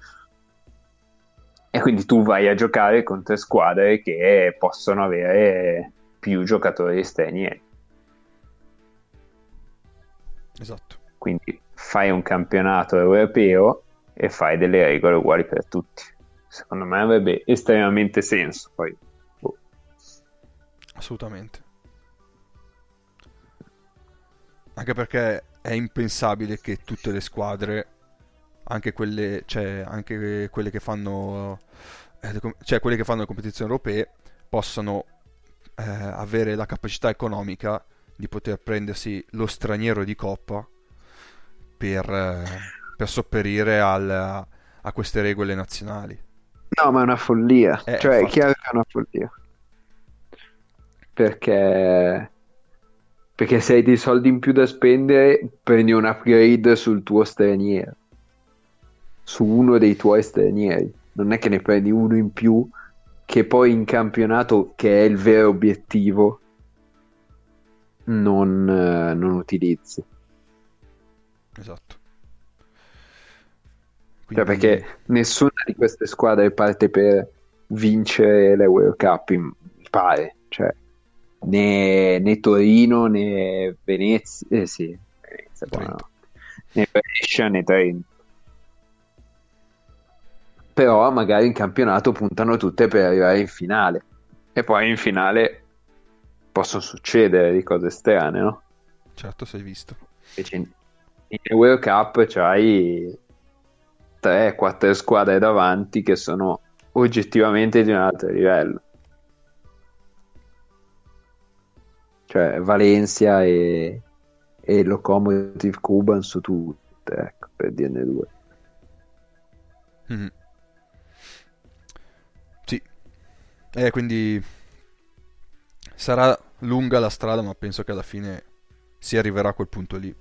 E quindi tu vai a giocare contro squadre che possono avere più giocatori stranieri. Esatto. Quindi fai un campionato europeo e fai delle regole uguali per tutti. Secondo me avrebbe estremamente senso. Poi, boh. Assolutamente. Anche perché è impensabile che tutte le squadre, anche quelle, cioè anche quelle che fanno, eh, le com- cioè quelle che fanno le competizioni europee, possano eh, avere la capacità economica di poter prendersi lo straniero di coppa per, eh, per sopperire al- a queste regole nazionali. No, ma è una follia. Eh, Cioè, è infatti. chiaro che è una follia. Perché... Perché se hai dei soldi in più da spendere, prendi un upgrade sul tuo straniero. Su uno dei tuoi stranieri. Non è che ne prendi uno in più che poi in campionato, che è il vero obiettivo, non, eh, non utilizzi. Esatto. Cioè, Quindi, perché nessuna di queste squadre parte per vincere l'Euro Cup, mi pare. Cioè, né, né Torino né Venezia, eh sì, Venezia, Trento. buono. Né Brescia né Trento. Però magari in campionato puntano tutte per arrivare in finale e poi in finale possono succedere di cose strane, no? certo, sei visto. Invece in, in World Cup c'hai tre quattro squadre davanti che sono oggettivamente di un altro livello, cioè Valencia e, e Lokomotiv Kuban su tutte, ecco, per dirne due. Mm. Sì, e quindi sarà lunga la strada, ma penso che alla fine si arriverà a quel punto lì.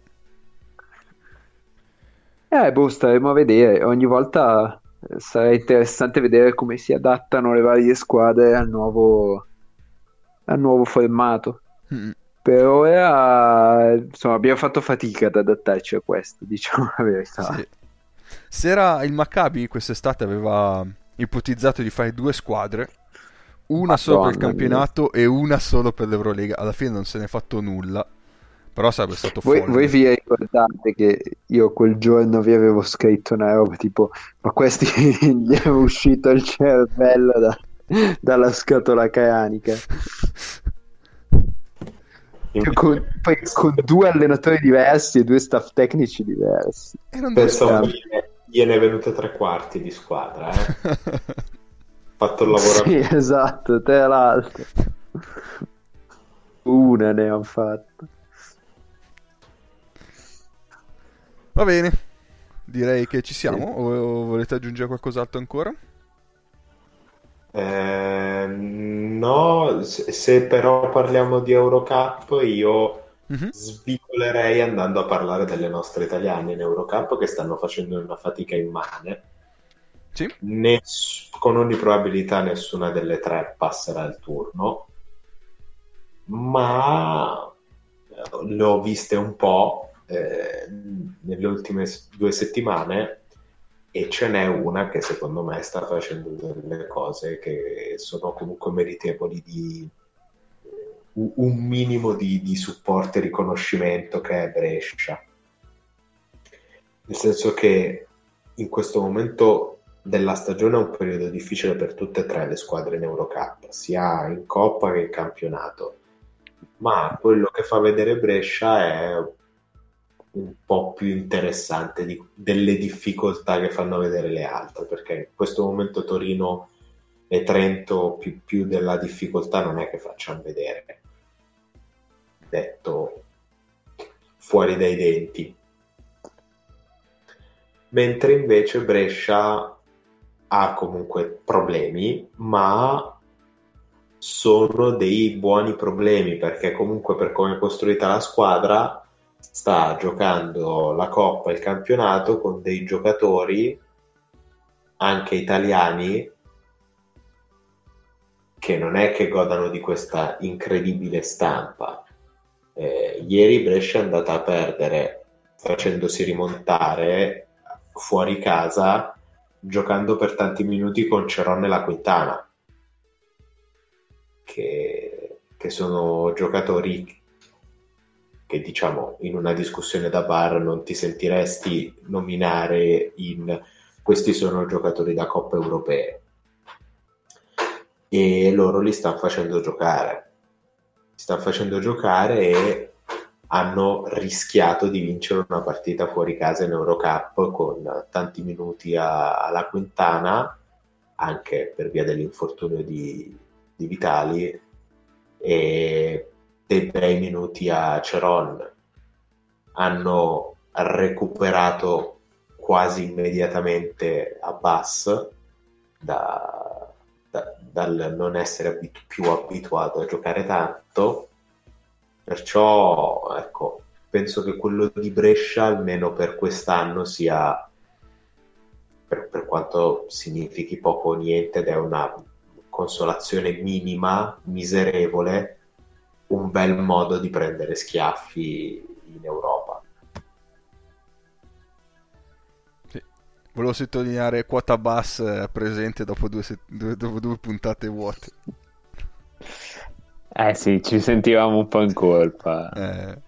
Eh, boh, staremo a vedere. Ogni volta eh, sarà interessante vedere come si adattano le varie squadre al nuovo, al nuovo formato. Mm. Per ora, insomma, abbiamo fatto fatica ad adattarci a questo, diciamo la verità. Sì. Se era il Maccabi quest'estate aveva ipotizzato di fare due squadre, una solo per il Madonna mia. campionato e una solo per l'Eurolega. Alla fine non se ne è fatto nulla, però sarebbe stato Voi, folle. voi vi ricordate che io quel giorno vi avevo scritto una roba tipo, ma questi gli è uscito il cervello da- dalla scatola cranica. Cioè, con, poi con due allenatori diversi e due staff tecnici diversi. Erano due Pensavo squadre. gliene, gliene è venute tre quarti di squadra, eh. Fatto il lavoro. Sì, esatto, tra l'altro. Una ne hanno fatta. Va bene, direi che ci siamo. O volete aggiungere qualcos'altro ancora? Eh, no, se, se però parliamo di Eurocup, io Mhm. svicolerei andando a parlare delle nostre italiane in Eurocup che stanno facendo una fatica immane. Sì, Ness- con ogni probabilità nessuna delle tre passerà il turno, ma eh, le ho viste un po' eh, nelle ultime s- due settimane e ce n'è una che secondo me sta facendo delle cose che sono comunque meritevoli di u- un minimo di, di supporto e riconoscimento, che è Brescia. Nel senso che in questo momento della stagione è un periodo difficile per tutte e tre le squadre in Eurocup, sia in Coppa che in campionato, ma quello che fa vedere Brescia è un po' più interessante di- delle difficoltà che fanno vedere le altre, perché in questo momento Torino e Trento più, più della difficoltà non è che facciano vedere, detto fuori dai denti, mentre invece Brescia ha comunque problemi, ma sono dei buoni problemi, perché comunque per come è costruita la squadra sta giocando la Coppa e il campionato con dei giocatori anche italiani che non è che godano di questa incredibile stampa. Eh, ieri Brescia è andata a perdere facendosi rimontare fuori casa, giocando per tanti minuti con Ceron e la Quintana, che, che sono giocatori che, diciamo, in una discussione da bar non ti sentiresti nominare in questi sono giocatori da coppe europee, e loro li stanno facendo giocare li stanno facendo giocare e hanno rischiato di vincere una partita fuori casa in Eurocup con tanti minuti a, alla Quintana, anche per via dell'infortunio di, di Vitali, e dei bei minuti a Ceron. Hanno recuperato quasi immediatamente Abbas da, da, dal non essere abitu- più abituato a giocare tanto, perciò ecco, penso che quello di Brescia almeno per quest'anno sia, per, per quanto significhi poco o niente ed è una consolazione minima, miserevole, un bel modo di prendere schiaffi in Europa. Sì. Volevo sottolineare quota bass eh, presente dopo due, set- due, dopo due puntate vuote. Eh sì, ci sentivamo un po' in colpa. Eh.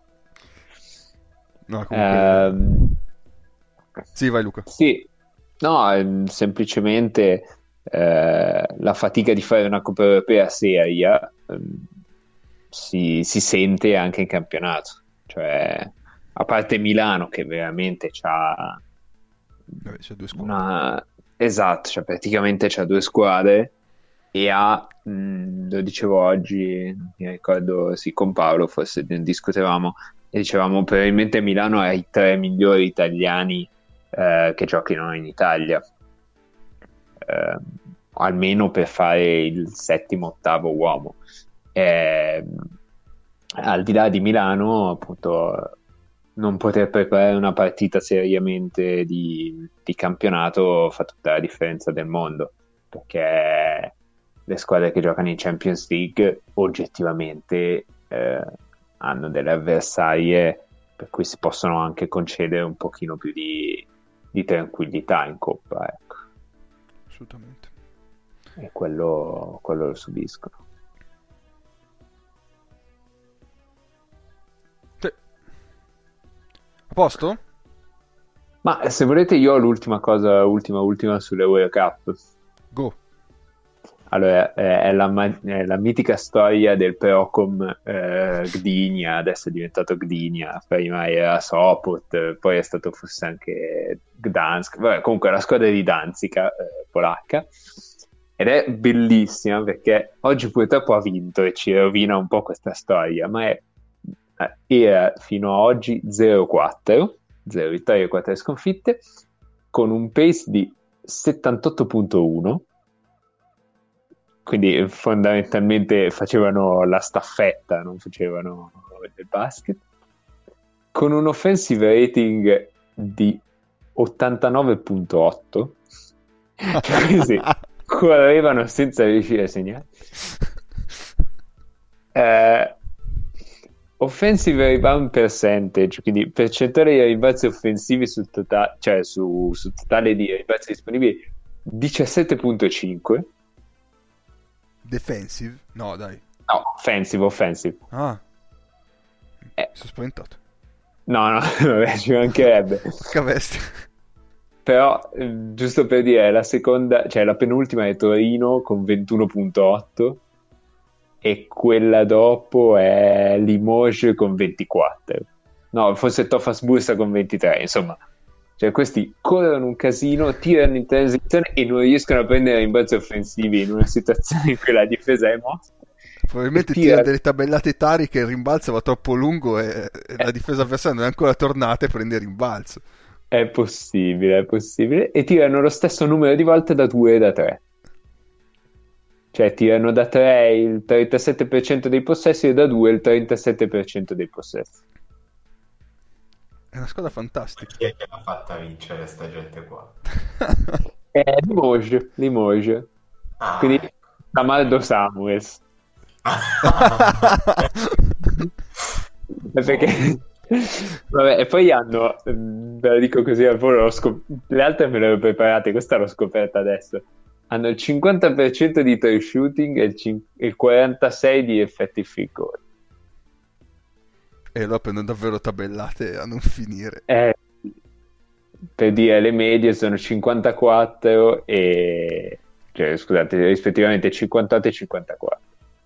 No, comunque... Ehm, Sì, vai Luca. Sì, no, ehm, semplicemente eh, la fatica di fare una Coppa Europea seria ehm, si, si sente anche in campionato. Cioè, a parte Milano che veramente c'ha Vabbè, c'è due squadre. una... Esatto, cioè praticamente c'ha due squadre e ha, mh, lo dicevo oggi, mi ricordo, sì, con Paolo forse ne discutevamo e dicevamo probabilmente Milano ha i tre migliori italiani eh, che giochino in Italia, eh, almeno per fare il settimo, ottavo uomo. Eh, al di là di Milano, appunto, non poter preparare una partita seriamente di, di campionato fa tutta la differenza del mondo, perché le squadre che giocano in Champions League oggettivamente eh, hanno delle avversarie per cui si possono anche concedere un pochino più di, di tranquillità in Coppa, ecco. Assolutamente. E quello, quello lo subiscono. Sì. A posto? Ma se volete io ho l'ultima cosa, ultima, ultima sull'Euro Cup. Go. Allora, eh, è, la, ma- è la mitica storia del Procom eh, Gdynia, adesso è diventato Gdynia, prima era Sopot, poi è stato forse anche Gdansk, vabbè, comunque la squadra di Danzica, eh, polacca, ed è bellissima perché oggi purtroppo ha vinto e ci rovina un po' questa storia, ma è, era fino a oggi zero quattro, zero vittorie e quattro sconfitte, con un pace di settantotto virgola uno, quindi fondamentalmente facevano la staffetta, non facevano del basket, con un offensive rating di ottantanove virgola otto, cioè quindi correvano senza riuscire a segnare. Eh, offensive rebound percentage, quindi percentuale di rimbalzi offensivi sul totale, cioè su, sul totale di rimbalzi disponibili diciassette virgola cinque. Defensive? No, dai. No, offensive, offensive. Ah. Eh. Sono spaventato. No, no, vabbè, ci mancherebbe. Porca bestia. Però, eh, giusto per dire, la seconda, cioè la penultima è Torino con ventuno virgola otto e quella dopo è Limoges con ventiquattro. No, forse Tofas Bursa con ventitré, insomma. Cioè questi corrono un casino, tirano in transizione e non riescono a prendere rimbalzi offensivi in una situazione in cui la difesa è mossa. Probabilmente tira... tira delle tabellate tari che il rimbalzo va troppo lungo e, e eh. la difesa avversaria non è ancora tornata e prende il rimbalzo. È possibile, è possibile. E tirano lo stesso numero di volte da due e da tre. Cioè tirano da tre il trentasette per cento dei possessi e da due il trentasette per cento dei possessi. È una squadra fantastica. Chi è che l'ha fatta vincere sta gente qua? È Limoges, Limoges. Ah, Quindi ecco. Tamaldo Samuels. Perché vabbè, e poi hanno, ve lo dico così al volo, l'ho scop- le altre me le ho preparate, questa l'ho scoperta adesso. Hanno il cinquanta per cento di trail shooting e il, cin- il quarantasei per cento di effetti figure. E lo prendono davvero tabellate a non finire. Eh, per dire, le medie sono cinquantaquattro e... cioè, scusate, rispettivamente cinquantotto e cinquantaquattro.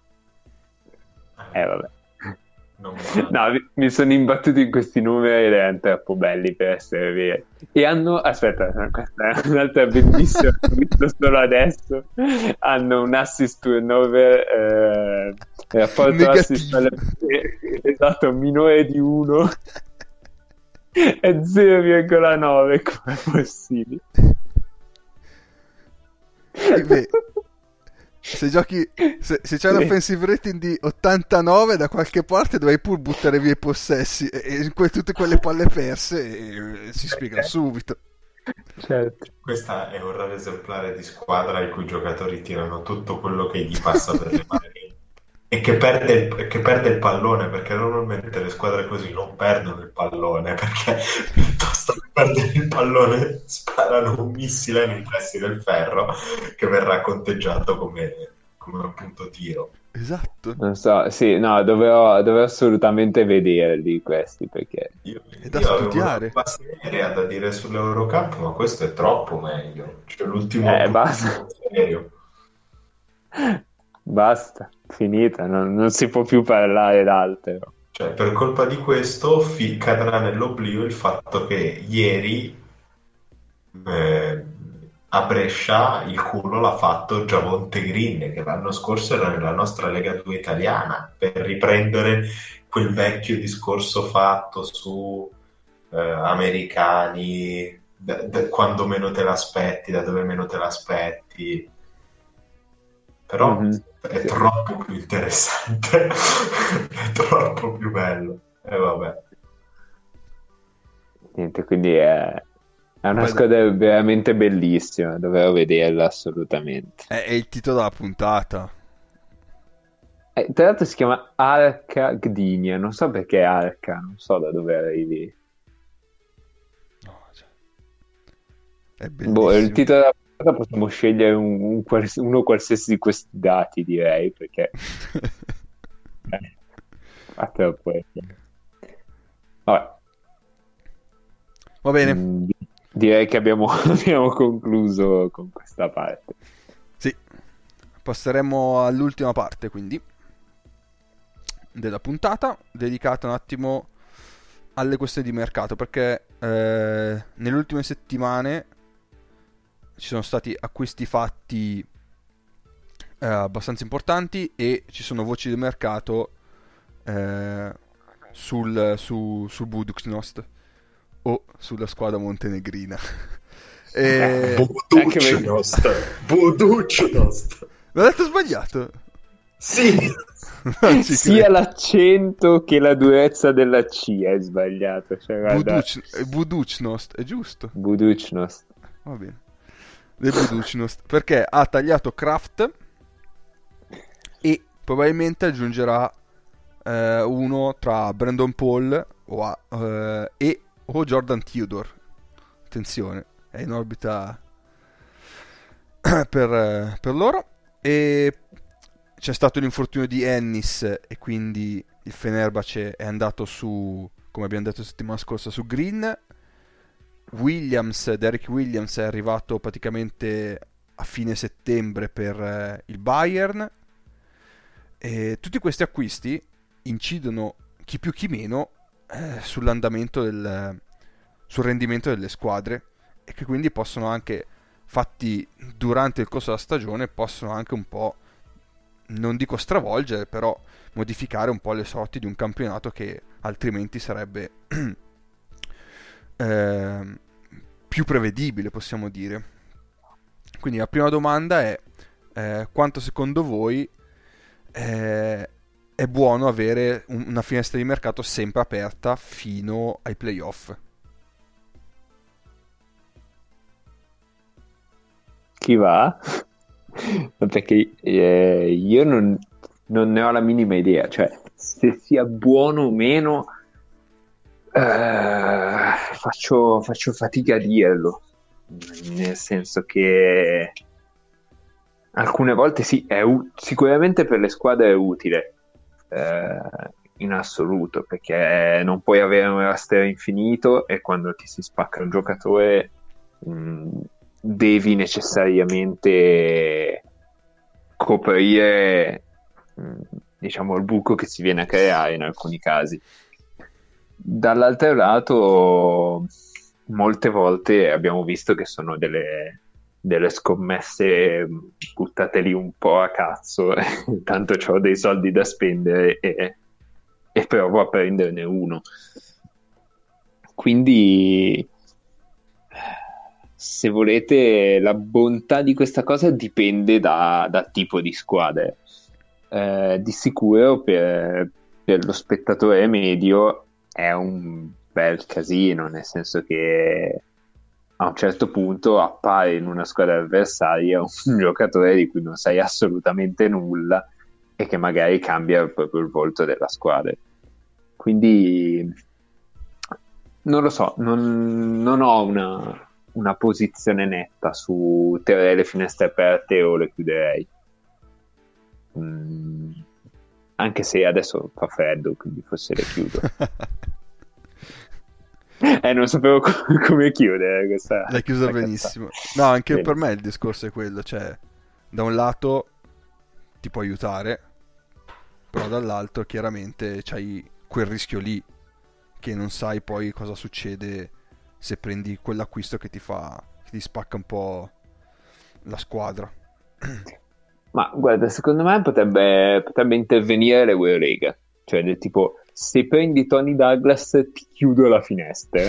Eh, vabbè. Non No, mi, mi sono imbattuto in questi numeri ed erano troppo belli per essere veri. E hanno, aspetta, questa è un'altra bellissima che ho visto solo adesso. Hanno un assist turnover, eh, rapporto Negativo. assist alle, esatto, minore di uno è zero virgola nove, come è possibile? E beh, se giochi, se, se c'è un Sì. offensive rating di ottantanove da qualche parte dovrai pur buttare via i possessi e, e que- tutte quelle palle perse e, si spiega subito. Certo. Questa è un raro esemplare di squadra i cui giocatori tirano tutto quello che gli passa per le mani e che perde, il, che perde il pallone, perché normalmente le squadre così non perdono il pallone, perché piuttosto che perdere il pallone sparano un missile nei pressi del ferro che verrà conteggiato come, come appunto tiro. Esatto. Non so, sì, no, dovrò, dovrò assolutamente vederli questi, perché Io, È da io avevo studiare. una seria da dire sull'Eurocup, ma questo è troppo meglio. Cioè, l'ultimo Eh, appunto basta. serio. Basta, finita, non, non si può più parlare d'altro. Cioè, per colpa di questo fi- cadrà nell'oblio il fatto che ieri eh, a Brescia il culo l'ha fatto Giavonte Green, che l'anno scorso era nella nostra Lega due italiana, per riprendere quel vecchio discorso fatto su eh, americani, da- da- quando meno te l'aspetti, da dove meno te l'aspetti. Però Mhm. è Sì. troppo più interessante, è troppo più bello. E vabbè. Niente, quindi è, è una Poi- squadra veramente bellissima, dovevo vederla assolutamente. È, è il titolo della puntata. Eh, tra l'altro si chiama Arca Gdynia, non so perché Arca, non so da dove arrivi. No, cioè, è bellissimo. Boh, il titolo della puntata possiamo scegliere un, un quals- uno qualsiasi di questi dati, direi, perché... eh, fa troppo effetto. Vabbè. Va bene. Mm, direi che abbiamo, abbiamo concluso con questa parte. Sì. Passeremo all'ultima parte, quindi, della puntata, dedicata un attimo alle questioni di mercato, perché eh, nelle ultime settimane ci sono stati acquisti fatti eh, abbastanza importanti e ci sono voci di mercato eh, sul, su, sul Budućnost o sulla squadra montenegrina. e... Budućnost, Budućnost. L'ho detto sbagliato? Sì, Non ci Sia credo. l'accento che la durezza della C è sbagliato. Cioè, guarda, Buduć- eh, Budućnost, è giusto? Budućnost. Va bene. Del Budućnost, perché ha tagliato Kraft e probabilmente aggiungerà eh, uno tra Brandon Paul o, a- eh, e o Jordan Theodore. Attenzione, è in orbita per, eh, per loro. E c'è stato l'infortunio di Ennis e quindi il Fenerbahce è andato su, come abbiamo detto la settimana scorsa, su Green. Williams, Derek Williams è arrivato praticamente a fine settembre per eh, il Bayern. E tutti questi acquisti incidono chi più chi meno eh, sull'andamento del sul rendimento delle squadre e che quindi possono anche, fatti durante il corso della stagione, possono anche un po', non dico stravolgere, però modificare un po' le sorti di un campionato che altrimenti sarebbe eh, più prevedibile, possiamo dire. Quindi la prima domanda è eh, quanto secondo voi eh, è buono avere un- una finestra di mercato sempre aperta fino ai playoff? Chi va? Perché eh, io non, non ne ho la minima idea, cioè se sia buono o meno eh, faccio, faccio fatica a dirlo, nel senso che alcune volte sì, è u- sicuramente per le squadre è utile, eh, in assoluto, perché non puoi avere un roster infinito e quando ti si spacca un giocatore mh, devi necessariamente coprire mh, diciamo il buco che si viene a creare in alcuni casi. Dall'altro lato molte volte abbiamo visto che sono delle, delle scommesse buttate lì un po' a cazzo tanto ho dei soldi da spendere e, e provo a prenderne uno, quindi se volete la bontà di questa cosa dipende da, da tipo di squadre. Eh, di sicuro per, per lo spettatore medio è un bel casino, nel senso che a un certo punto appare in una squadra avversaria un giocatore di cui non sai assolutamente nulla e che magari cambia proprio il volto della squadra. Quindi non lo so, non, non ho una, una posizione netta su terrei le finestre aperte o le chiuderei. Mm, anche se adesso fa freddo, quindi forse le chiudo. Eh, non sapevo co- come chiudere questa. L'hai chiusa questa benissimo. cazzata. No, anche Bene. per me il discorso è quello, cioè, da un lato ti può aiutare, però dall'altro chiaramente c'hai quel rischio lì, che non sai poi cosa succede se prendi quell'acquisto che ti fa, che ti spacca un po' la squadra. Ma guarda, secondo me potrebbe, potrebbe intervenire l'Eurolega, cioè del tipo, se prendi Tony Douglas ti chiudo la finestra.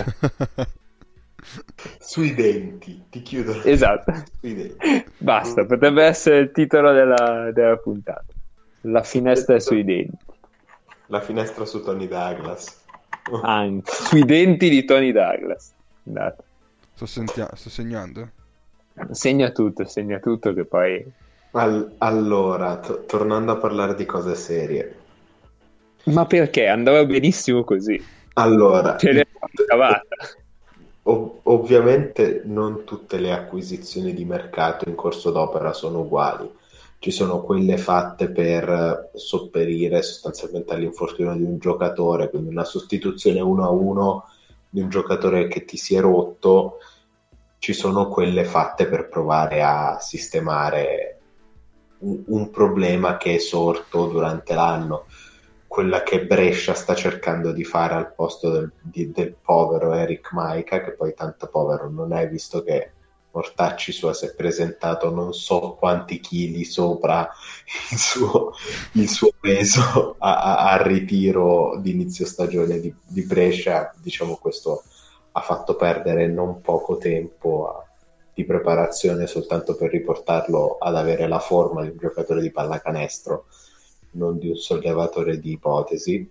Sui denti, ti chiudo. Esatto. Sui denti. Basta, potrebbe essere il titolo della, della puntata. La finestra sui denti. La finestra su Tony Douglas. Anche sui denti di Tony Douglas. Andate. Sto, sentia- sto segnando. Segna tutto, segna tutto che poi... Al- allora, to- tornando a parlare di cose serie. Ma perché? Andava benissimo così. Allora, Ce l'hai cavata. ov- ovviamente non tutte le acquisizioni di mercato in corso d'opera sono uguali. Ci sono quelle fatte per sopperire sostanzialmente all'infortunio di un giocatore, quindi una sostituzione uno a uno di un giocatore che ti si è rotto. Ci sono quelle fatte per provare a sistemare un, un problema che è sorto durante l'anno. Quella che Brescia sta cercando di fare al posto del, di, del povero Eric Maica, che poi tanto povero non è, visto che Mortacci sua si è presentato non so quanti chili sopra il suo, il suo peso a, a, al ritiro di inizio stagione di, di Brescia. Diciamo, questo ha fatto perdere non poco tempo a, di preparazione soltanto per riportarlo ad avere la forma di un giocatore di pallacanestro, non di un sollevatore di ipotesi.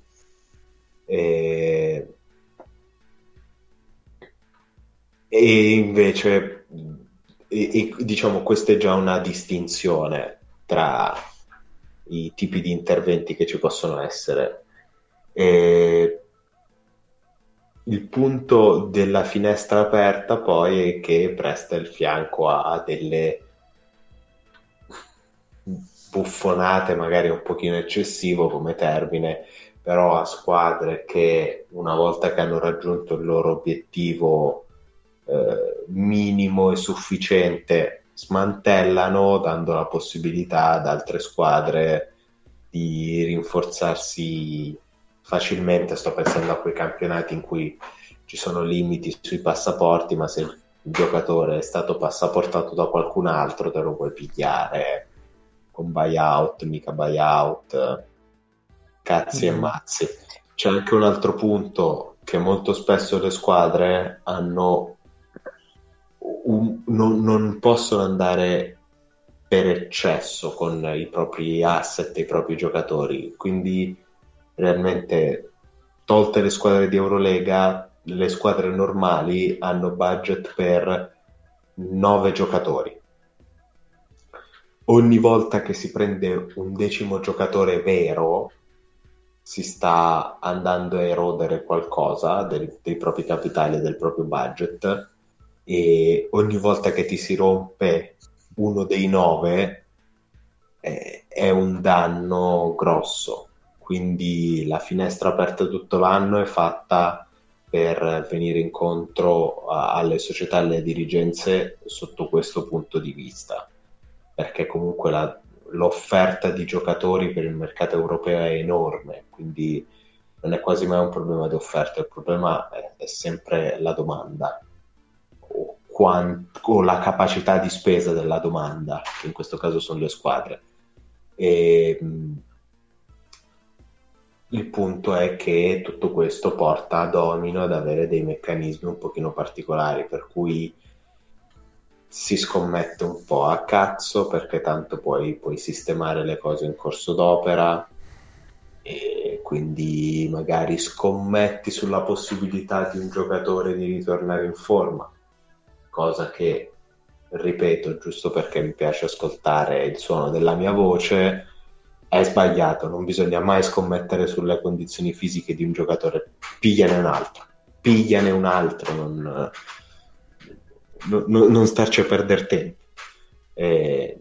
E, e invece e, e, diciamo, questa è già una distinzione tra i tipi di interventi che ci possono essere. E il punto della finestra aperta poi è che presta il fianco a delle buffonate, magari un pochino eccessivo come termine, però a squadre che una volta che hanno raggiunto il loro obiettivo eh, minimo e sufficiente smantellano, dando la possibilità ad altre squadre di rinforzarsi facilmente. Sto pensando a quei campionati in cui ci sono limiti sui passaporti, ma se il giocatore è stato passaportato da qualcun altro te lo puoi pigliare con buyout, mica buyout, cazzi mm-hmm. e mazzi. C'è anche un altro punto, che molto spesso le squadre hanno un, non, non possono andare per eccesso con i propri asset e i propri giocatori, quindi realmente, tolte le squadre di Eurolega, le squadre normali hanno budget per nove giocatori. ogni volta che si prende un decimo giocatore vero si sta andando a erodere qualcosa del- dei propri capitali e del proprio budget, e ogni volta che ti si rompe uno dei nove eh, è un danno grosso. Quindi la finestra aperta tutto l'anno è fatta per venire incontro a- alle società e alle dirigenze sotto questo punto di vista, perché comunque la- l'offerta di giocatori per il mercato europeo è enorme, quindi non è quasi mai un problema di offerta, il problema è, è sempre la domanda o, quan- o la capacità di spesa della domanda, che in questo caso sono le squadre. E, mh, il punto è che tutto questo porta a Domino ad avere dei meccanismi un pochino particolari, per cui si scommette un po' a cazzo, perché tanto poi puoi sistemare le cose in corso d'opera, e quindi magari scommetti sulla possibilità di un giocatore di ritornare in forma, cosa che, ripeto, giusto perché mi piace ascoltare il suono della mia voce, è sbagliato. Non bisogna mai scommettere sulle condizioni fisiche di un giocatore. Pigliane un altro, pigliane un altro, non, non, non starci a perdere tempo. E,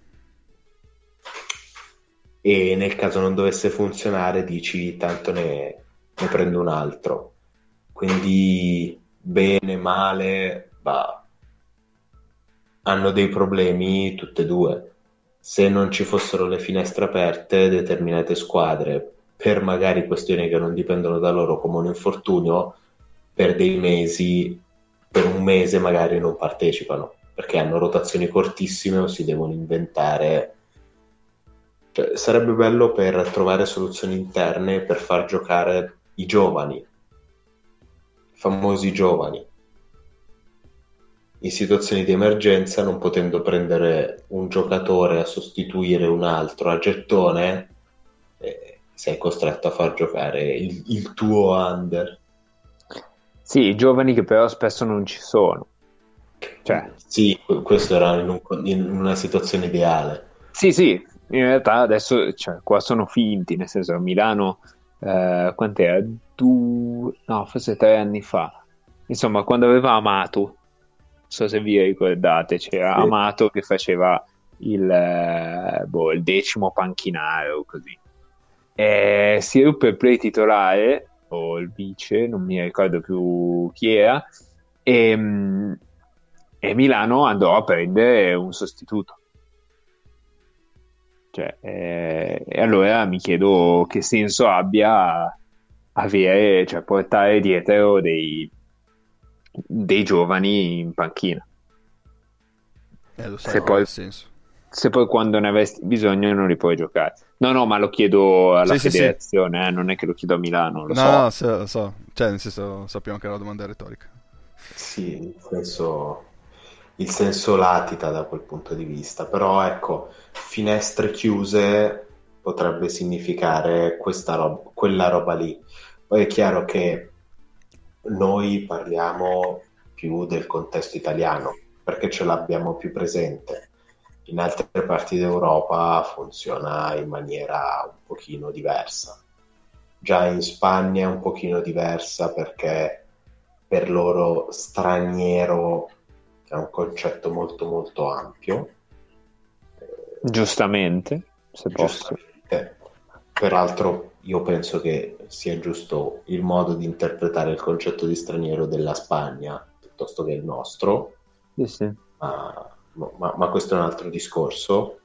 e nel caso non dovesse funzionare dici tanto ne, ne prendo un altro. Quindi bene, male, bah, hanno dei problemi tutte e due. Se non ci fossero le finestre aperte, determinate squadre, per magari questioni che non dipendono da loro, come un infortunio, per dei mesi, per un mese magari non partecipano, perché hanno rotazioni cortissime o si devono inventare. Cioè, sarebbe bello per trovare soluzioni interne per far giocare i giovani, i famosi giovani, in situazioni di emergenza, non potendo prendere un giocatore a sostituire un altro a gettone, eh, sei costretto a far giocare il, il tuo under. Sì, i giovani che però spesso non ci sono. Cioè, Sì, questo era in, un- in una situazione ideale. sì, sì, in realtà adesso, cioè, qua sono finti, nel senso, a Milano, eh, quant'era? Du... No, forse tre anni fa. Insomma, quando aveva Amato, non so se vi ricordate, c'era Sì. Amato che faceva il, eh, boh, il decimo panchinaro, così. E si ruppe il play titolare, o il vice, non mi ricordo più chi era, e, mh, e Milano andò a prendere un sostituto. Cioè, eh, e allora mi chiedo che senso abbia avere, cioè portare dietro dei, dei giovani in panchina. Eh, lo sai Se qual è poi, il senso. se poi quando ne avresti bisogno non li puoi giocare. No, no, ma lo chiedo alla Sì, sì, sì. federazione, eh, non è che lo chiedo a Milano, lo No, so. no, so, lo so. Cioè, nel senso, sappiamo che è una domanda retorica. Sì, il senso, il senso latita da quel punto di vista, però ecco, finestre chiuse potrebbe significare questa roba, quella roba lì. Poi è chiaro che noi parliamo più del contesto italiano, perché ce l'abbiamo più presente. In altre parti d'Europa funziona in maniera un pochino diversa. Già in Spagna è un pochino diversa, perché per loro straniero è un concetto molto molto ampio. Giustamente, se posso. Giustamente. Peraltro io penso che sia giusto il modo di interpretare il concetto di straniero della Spagna piuttosto che il nostro, Sì, sì. ma, ma, ma questo è un altro discorso.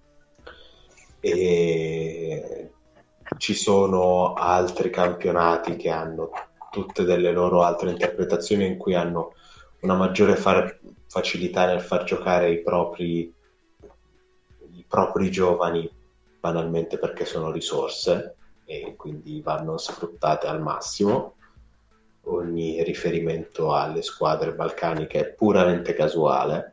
E ci sono altri campionati che hanno tutte delle loro altre interpretazioni, in cui hanno una maggiore far- facilità nel far giocare i propri, i propri giovani, banalmente perché sono risorse e quindi vanno sfruttate al massimo. Ogni riferimento alle squadre balcaniche è puramente casuale.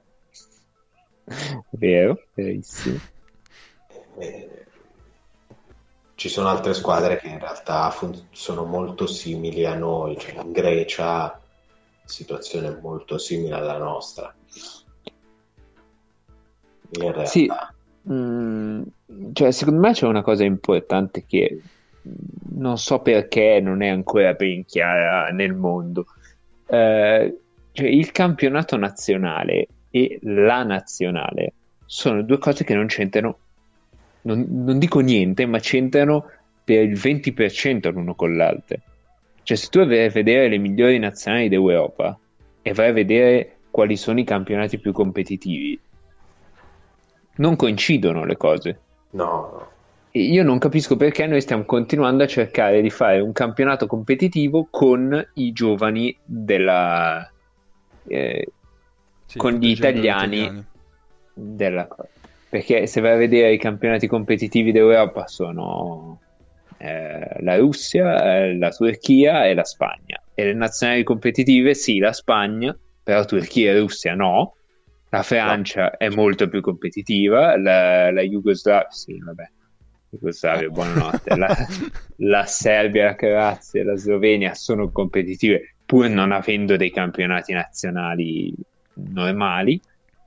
Vero, verissimo. E ci sono altre squadre che in realtà fun- sono molto simili a noi, cioè in Grecia situazione molto simile alla nostra. In realtà. Sì, Mm, cioè, secondo me c'è una cosa importante che non so perché non è ancora ben chiara nel mondo. Eh, cioè, il campionato nazionale e la nazionale sono due cose che non c'entrano, non, non dico niente, ma c'entrano per il venti per cento l'uno con l'altro. Cioè, se tu vai a vedere le migliori nazionali d'Europa e vai a vedere quali sono i campionati più competitivi, non coincidono le cose. No, no. E io non capisco perché noi stiamo continuando a cercare di fare un campionato competitivo con i giovani della eh, Sì, con tutti gli i giocatori italiani, italiani. della cosa. Perché se vai a vedere i campionati competitivi d'Europa sono eh, la Russia, eh, la Turchia e la Spagna. E le nazionali competitive sì, la Spagna, però Turchia e Russia no. La Francia no. È molto più competitiva, la, la Jugoslavia, sì, vabbè, Jugoslavia, buonanotte. La, la Serbia, la Croazia e la Slovenia sono competitive, pur non avendo dei campionati nazionali normali.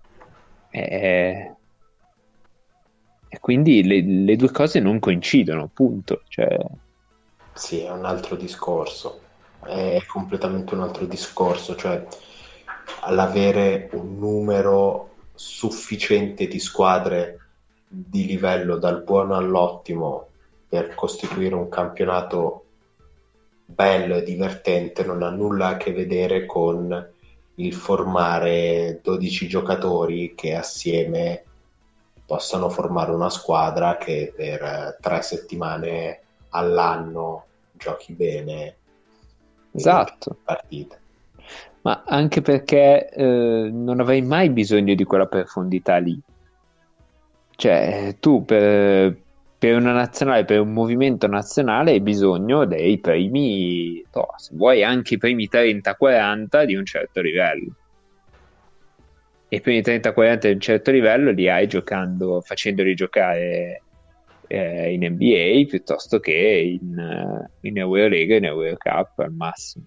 E, e quindi le, le due cose non coincidono, punto. Cioè... Sì, è un altro discorso, è completamente un altro discorso, cioè all'avere un numero sufficiente di squadre di livello dal buono all'ottimo per costituire un campionato bello e divertente non ha nulla a che vedere con il formare dodici giocatori che assieme possano formare una squadra che per tre settimane all'anno giochi bene, esatto, partite. Ma anche perché eh, non avrei mai bisogno di quella profondità lì. Cioè, tu per, per una nazionale, per un movimento nazionale hai bisogno dei primi, no, se vuoi anche i primi trenta quaranta di un certo livello. E i primi trenta quaranta di un certo livello li hai giocando, facendoli giocare eh, in N B A piuttosto che in, in Eurolega e in Eurocup al massimo.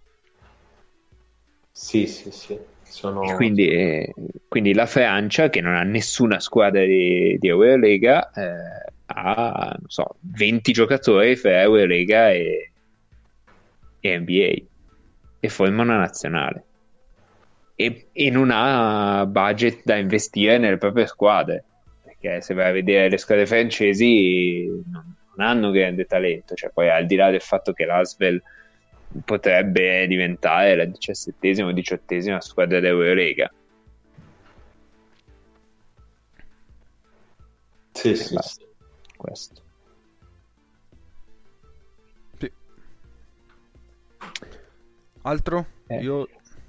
Sì, sì, sì. Sono... E quindi, eh, quindi la Francia, che non ha nessuna squadra di, di Eurolega, eh, ha, non so, venti giocatori fra Eurolega e, e N B A e forma una nazionale. E, e non ha budget da investire nelle proprie squadre, perché se vai a vedere le squadre francesi non, non hanno grande talento, cioè poi al di là del fatto che l'Asvel potrebbe diventare la diciassettesima o diciottesima squadra d'Eurolega. Sì, sì, sì. Questo. Sì. Altro? Eh. Io...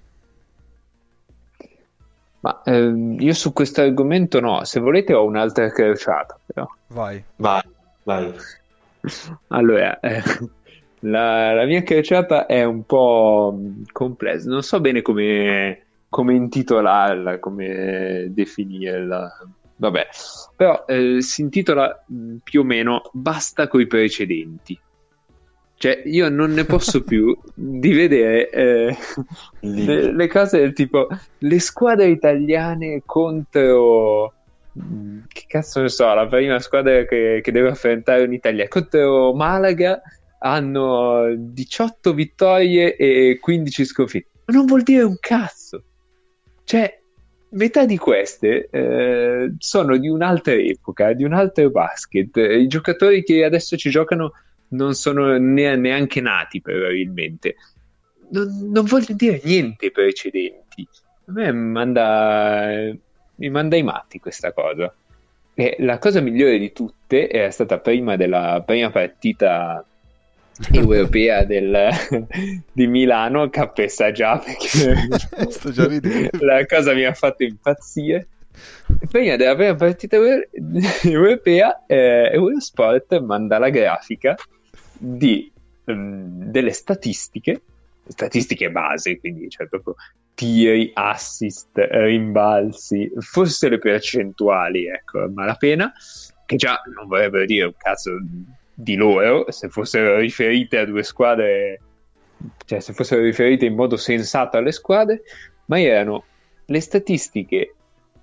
Ma ehm, io su questo argomento no, se volete ho un'altra crociata, però. Vai. Vai, vai. Allora, eh, la, la mia crociata è un po' complessa, non so bene come, come intitolarla, come definirla, vabbè, però eh, si intitola mh, più o meno Basta coi precedenti. Cioè, io non ne posso più di vedere eh, le, le cose del tipo le squadre italiane contro... Che cazzo ne so, la prima squadra che, che deve affrontare un'Italia contro Malaga hanno diciotto vittorie e quindici sconfitte. Ma non vuol dire un cazzo. Cioè, metà di queste eh, sono di un'altra epoca, di un altro basket. I giocatori che adesso ci giocano non sono ne- neanche nati probabilmente. Non, non voglio dire niente ai precedenti. A me manda, mi manda i matti questa cosa. E la cosa migliore di tutte era stata prima della prima partita europea del, di Milano, cappessa già perché sto già ridendo. La cosa mi ha fatto impazzire. Prima della prima partita europea eh, Eurosport manda la grafica di um, delle statistiche statistiche base, quindi cioè proprio tiri, assist, rimbalzi, forse le percentuali, ecco, a malapena, che già non vorrebbero dire un cazzo di loro se fossero riferite a due squadre, cioè se fossero riferite in modo sensato alle squadre, ma erano le statistiche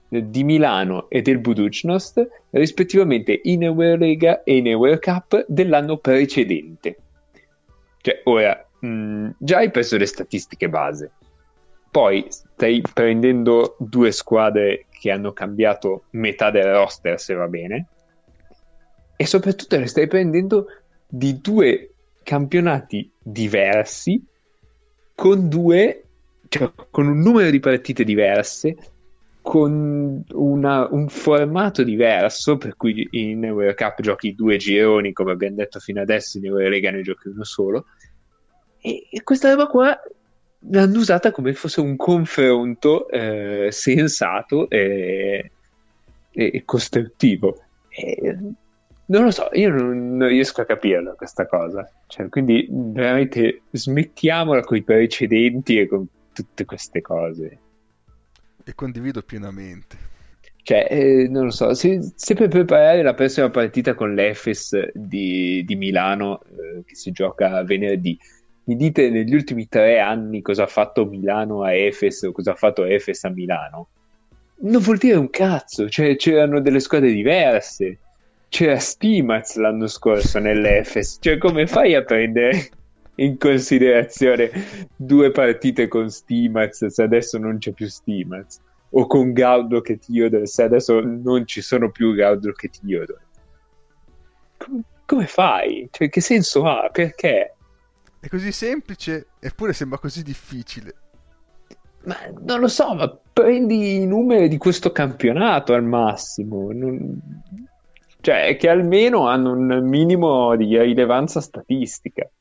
di Milano e del Budućnost rispettivamente in Eurolega e in Eurocup dell'anno precedente. Cioè, ora, mh, già hai preso le statistiche base, poi stai prendendo due squadre che hanno cambiato metà del roster, se va bene, e soprattutto le stai prendendo di due campionati diversi, con due, cioè con un numero di partite diverse, con una, un formato diverso, per cui in Eurocup giochi due gironi, come abbiamo detto fino adesso, in Eurolega ne giochi uno solo, e, e questa roba qua l'hanno usata come fosse un confronto eh, sensato e, e, e costruttivo. E, non lo so, io non, non riesco a capirla questa cosa, cioè, quindi veramente smettiamola con i precedenti e con tutte queste cose. E condivido pienamente. Cioè, eh, non lo so, se, se per preparare la prossima partita con l'Efes di, di Milano, eh, che si gioca venerdì, mi dite negli ultimi tre anni cosa ha fatto Milano a Efes o cosa ha fatto Efes a Milano, non vuol dire un cazzo, cioè c'erano delle squadre diverse, c'era Stimaz l'anno scorso nell'Efes, cioè come fai a prendere in considerazione due partite con Stimaz se adesso non c'è più Stimaz, o con Gaudok e Theodore se adesso non ci sono più Gaudok e Theodore? Com- come fai? Cioè, che senso ha? Perché? È così semplice eppure sembra così difficile. Ma non lo so, ma prendi i numeri di questo campionato al massimo, non... cioè che almeno hanno un minimo di rilevanza statistica.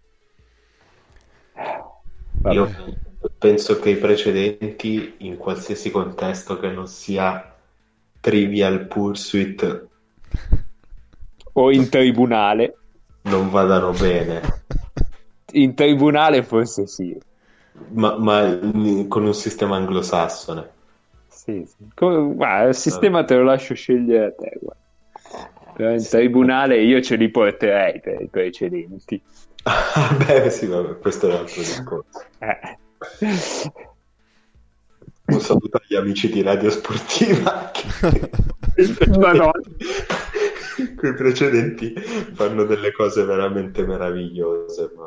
Vabbè. Io penso che i precedenti, in qualsiasi contesto che non sia Trivial Pursuit O in tribunale. non vadano bene. In tribunale forse sì. Ma, ma con un sistema anglosassone. Sì, sì. Come, guarda, il sistema te lo lascio scegliere a te, guarda. Però in tribunale io ce li porterei per i precedenti. Ah, beh, sì, vabbè, questo è un altro discorso. Eh. Un saluto agli amici di Radio Sportiva. Madonna. Quei precedenti fanno delle cose veramente meravigliose. Ma...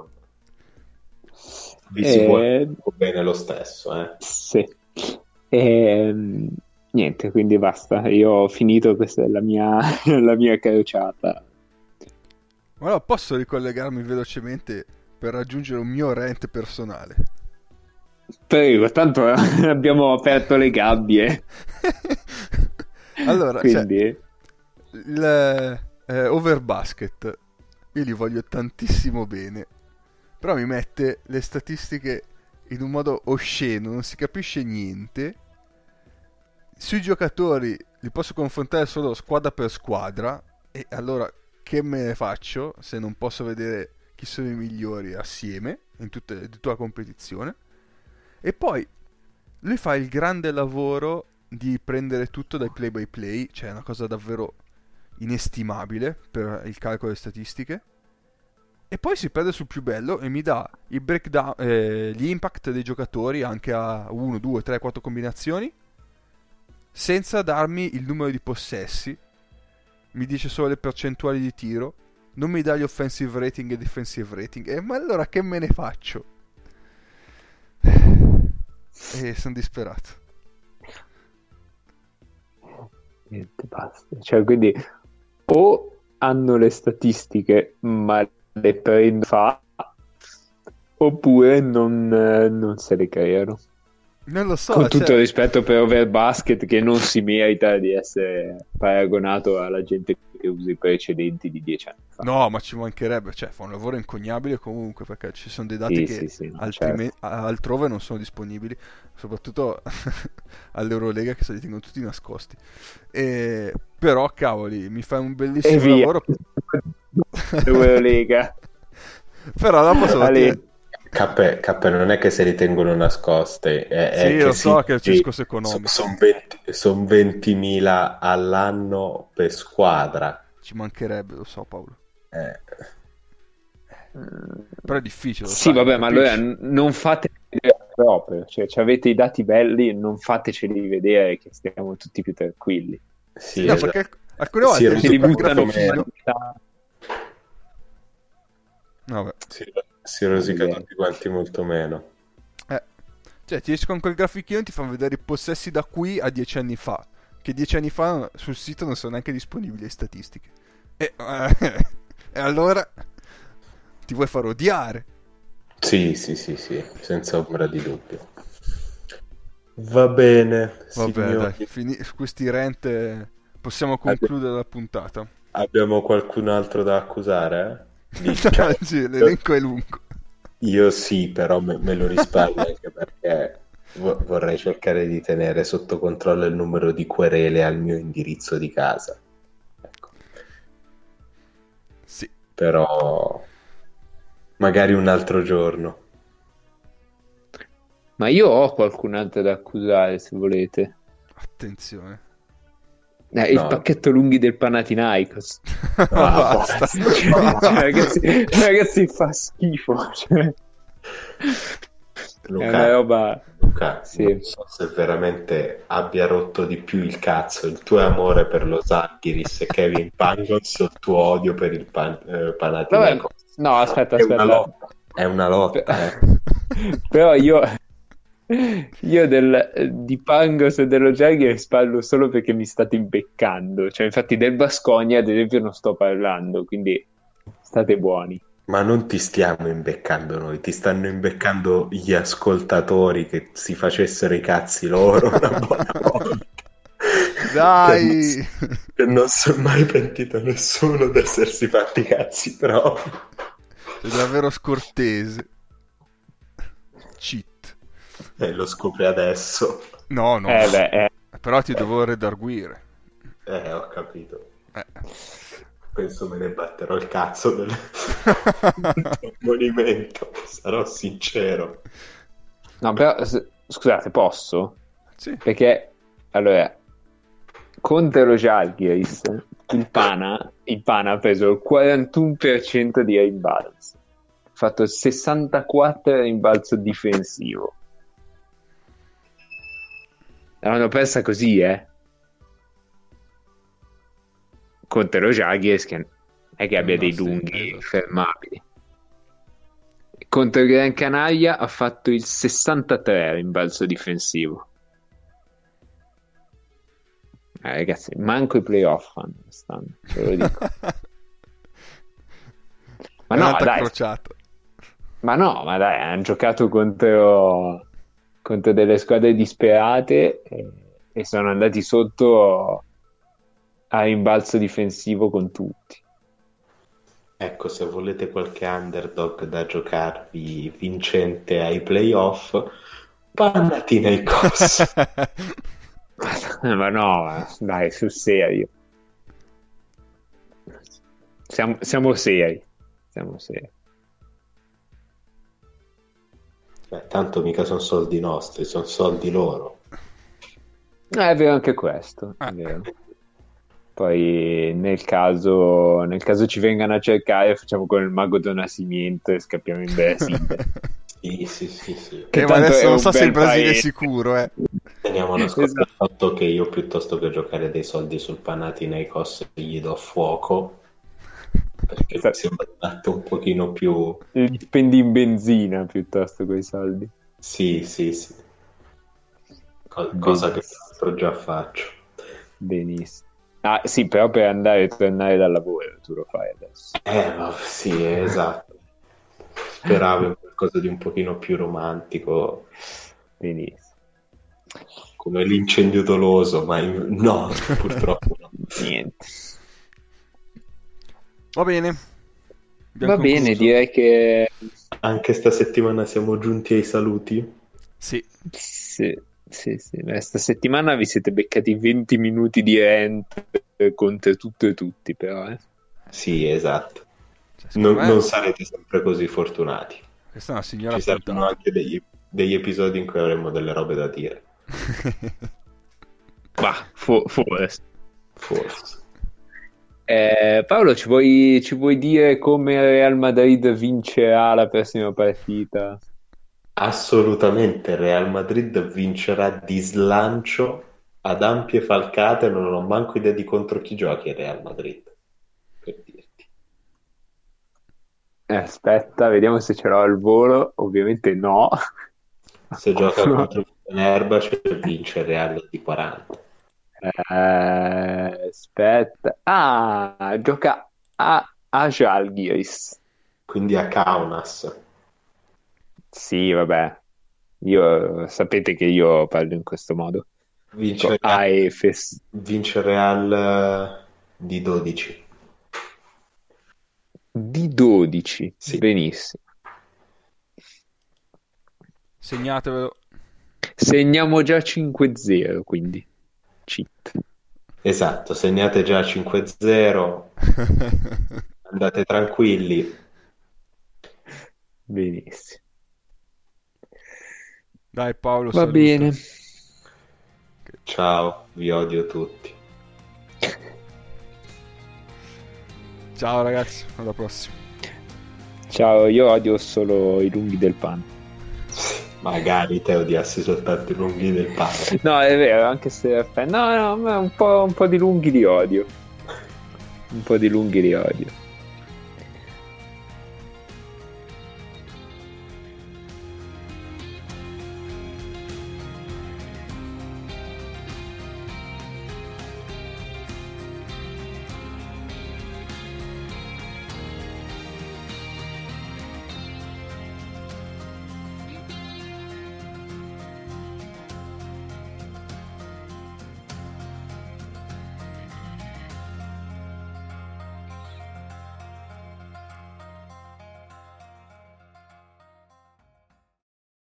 vi si Eh, vuole bene lo stesso, eh? Sì. E, niente, quindi basta. Io ho finito, questa è la mia, la mia crociata. Allora, posso ricollegarmi velocemente per raggiungere un mio rant personale? Prego, tanto abbiamo aperto le gabbie. Allora, quindi... cioè, il eh, Overbasket, io li voglio tantissimo bene, però mi mette le statistiche in un modo osceno, non si capisce niente. Sui giocatori li posso confrontare solo squadra per squadra, e allora che me ne faccio se non posso vedere chi sono i migliori assieme in tutte, in tutta la competizione? E poi lui fa il grande lavoro di prendere tutto dai play by play, cioè è una cosa davvero inestimabile per il calcolo delle statistiche, e poi si perde sul più bello e mi dà il breakdown, eh, gli impact dei giocatori anche a uno, due, tre, quattro combinazioni, senza darmi il numero di possessi. Mi dice solo le percentuali di tiro, non mi dà gli offensive rating e defensive rating. E ma allora che me ne faccio? E sono disperato. Niente, basta. Cioè, quindi o hanno le statistiche ma le prendo fa, oppure non, non se le creano. Non lo so. Con cioè... tutto il rispetto per Overbasket, che non si merita di essere paragonato alla gente che usa i precedenti di dieci anni fa. No, ma ci mancherebbe, cioè fa un lavoro incognabile comunque, perché ci sono dei dati Sì, che sì, sì, no, altrime- certo. altrove non sono disponibili, soprattutto all'Eurolega, che se li tengono tutti nascosti. E... però cavoli, mi fai un bellissimo E via. lavoro. Eurolega. Però dopo solo Ale. K, K non è che se li tengono nascoste, è, è sì, che lo so sì, che c'è il discorso economico. Sono son ventimila all'anno per squadra. Ci mancherebbe, lo so, Paolo. Eh. Però è difficile. Lo Sì, sai, vabbè, ma capisci? allora n- non fate proprio, cioè ci avete i dati belli, non fateceli vedere che stiamo tutti più tranquilli. Sì, no, esatto. perché alcune Si volte è il Si li super buttano graficino... Vabbè. Si, si rosica Vabbè. tutti quanti molto meno. Eh. Cioè, ti esci con quel grafichino e ti fanno vedere i possessi da qui a dieci anni fa. Che dieci anni fa sul sito non sono neanche disponibili le statistiche. E, eh, e allora ti vuoi far odiare? Sì, sì, sì, sì, senza ombra di dubbio. Va bene, Vabbè, signori. dai, fini- su questi rant eh, possiamo concludere la puntata. Abbiamo qualcun altro da accusare? eh? Di- No, cioè, sì, l'elenco è lungo. io sì, però me, me lo risparmio anche perché vo- vorrei cercare di tenere sotto controllo il numero di querele al mio indirizzo di casa. Ecco. Sì. Però magari un altro giorno. Ma io ho qualcun altro da accusare, se volete. Attenzione. Eh, il No. pacchetto lunghi del Panathinaikos. Ah, Basta. Cioè, ragazzi, ragazzi, fa schifo. Cioè. Luca, È una roba... Luca, Sì. non so se veramente abbia rotto di più il cazzo il tuo amore per lo Zalgiris e Kevin Pangos o il tuo odio per il pan, eh, Panathinaikos. Vabbè, no, aspetta, È una aspetta. lotta, è una lotta. eh. Però io, io del, di Pangos e dello Žalgiris parlo solo perché mi state imbeccando. Cioè, infatti, del Baskonia, ad esempio, non sto parlando, quindi state buoni. Ma non ti stiamo imbeccando noi, ti stanno imbeccando gli ascoltatori che si facessero i cazzi loro una buona volta. Dai! Che non, che non si è mai pentito nessuno di essersi fatti i cazzi proprio. Sei davvero scortese. Cheat. E lo scopri adesso. No, no. Eh no. beh, eh. Però ti devo redarguire. Eh, ho capito. Eh. Penso me ne batterò il cazzo del, del monumento, sarò sincero. No, però, s- scusate, posso? Sì. Perché, allora, contro lo Žalgiris, il Pana, il Pana ha preso il quarantuno per cento di rimbalzo, ha fatto il sessantaquattro per cento di rimbalzo difensivo. L'hanno persa così, eh? Contro lo Žalgiris, che non è che abbia No, dei sì, lunghi esatto. fermabili. Contro il Gran Canaria ha fatto il sessantatré rimbalzo difensivo. Eh, ragazzi, manco i playoff fanno quest'anno, ce lo dico. Ma È no, un'altra dai, crociata. ma no, ma dai, hanno giocato contro, contro delle squadre disperate e, e sono andati sotto a rimbalzo difensivo con tutti. Ecco, se volete qualche underdog da giocarvi vincente ai playoff, Panathinaikos. Ma no, ma dai, sul serio. Siamo, siamo seri. Siamo seri. Beh, tanto mica sono soldi nostri, sono soldi loro. Eh, è vero anche questo, è Ah. vero. Poi nel caso, nel caso ci vengano a cercare, facciamo con il mago del Nascimento e scappiamo in Brasile. Sì, sì, sì, sì. Che Eh, ma tanto adesso è non un so se bel il Brasile è paese. sicuro, eh. Teniamo nascosto Esatto. il fatto che io piuttosto che giocare dei soldi sul Panathinaikos gli do fuoco, perché mi Esatto. sembra un atto un pochino più... Li spendi in benzina piuttosto quei soldi. Sì, sì, sì. Co- cosa che Benissimo. tra l'altro già faccio. Benissimo. Ah, sì, però per andare e tornare dal lavoro tu lo fai adesso. Eh, ma sì, esatto. Speravo in qualcosa di un pochino più romantico, Benissimo. come l'incendio doloso, ma in- no, purtroppo no. Niente. Va bene. Abbiamo Va bene, concluso? direi che Anche sta settimana siamo giunti ai saluti. Sì. sì, sì, sì. Beh, sta settimana vi siete beccati venti minuti di rant contro tutto e tutti, però, eh. Sì, esatto. Cioè, secondo Non, me non sarete sempre così fortunati. questa è una signora Ci saranno puntata. anche degli, degli episodi in cui avremo delle robe da dire. Ma fo- forse. Forse. Eh, Paolo, ci vuoi, ci vuoi dire come Real Madrid vincerà la prossima partita? Assolutamente il Real Madrid vincerà di slancio ad ampie falcate, non ho manco idea di contro chi giochi il Real Madrid, per dirti. Eh, aspetta, vediamo se ce l'ho al volo. Ovviamente no. Se gioca contro il Fenerbahce vince il Real di quaranta. Eh, aspetta. Ah, gioca a, a Žalgiris. Quindi a Kaunas. Sì, vabbè. Io sapete che io parlo in questo modo. Vince il A Real, Efes. vince il Real eh, di dodici. Di dodici. Sì. Benissimo. Segnatevelo. Segniamo già cinque zero, quindi. Cheat. Esatto, segnate già cinque zero, andate tranquilli. Benissimo. Dai Paolo, Va saluta. bene. Ciao, vi odio tutti. Ciao ragazzi, alla prossima. Ciao, io odio solo i lunghi del pan. Magari te odiassi soltanto i lunghi del pane. No, è vero, anche se... No, no, ma un po', un po' di lunghi li odio. Un po' di lunghi li odio.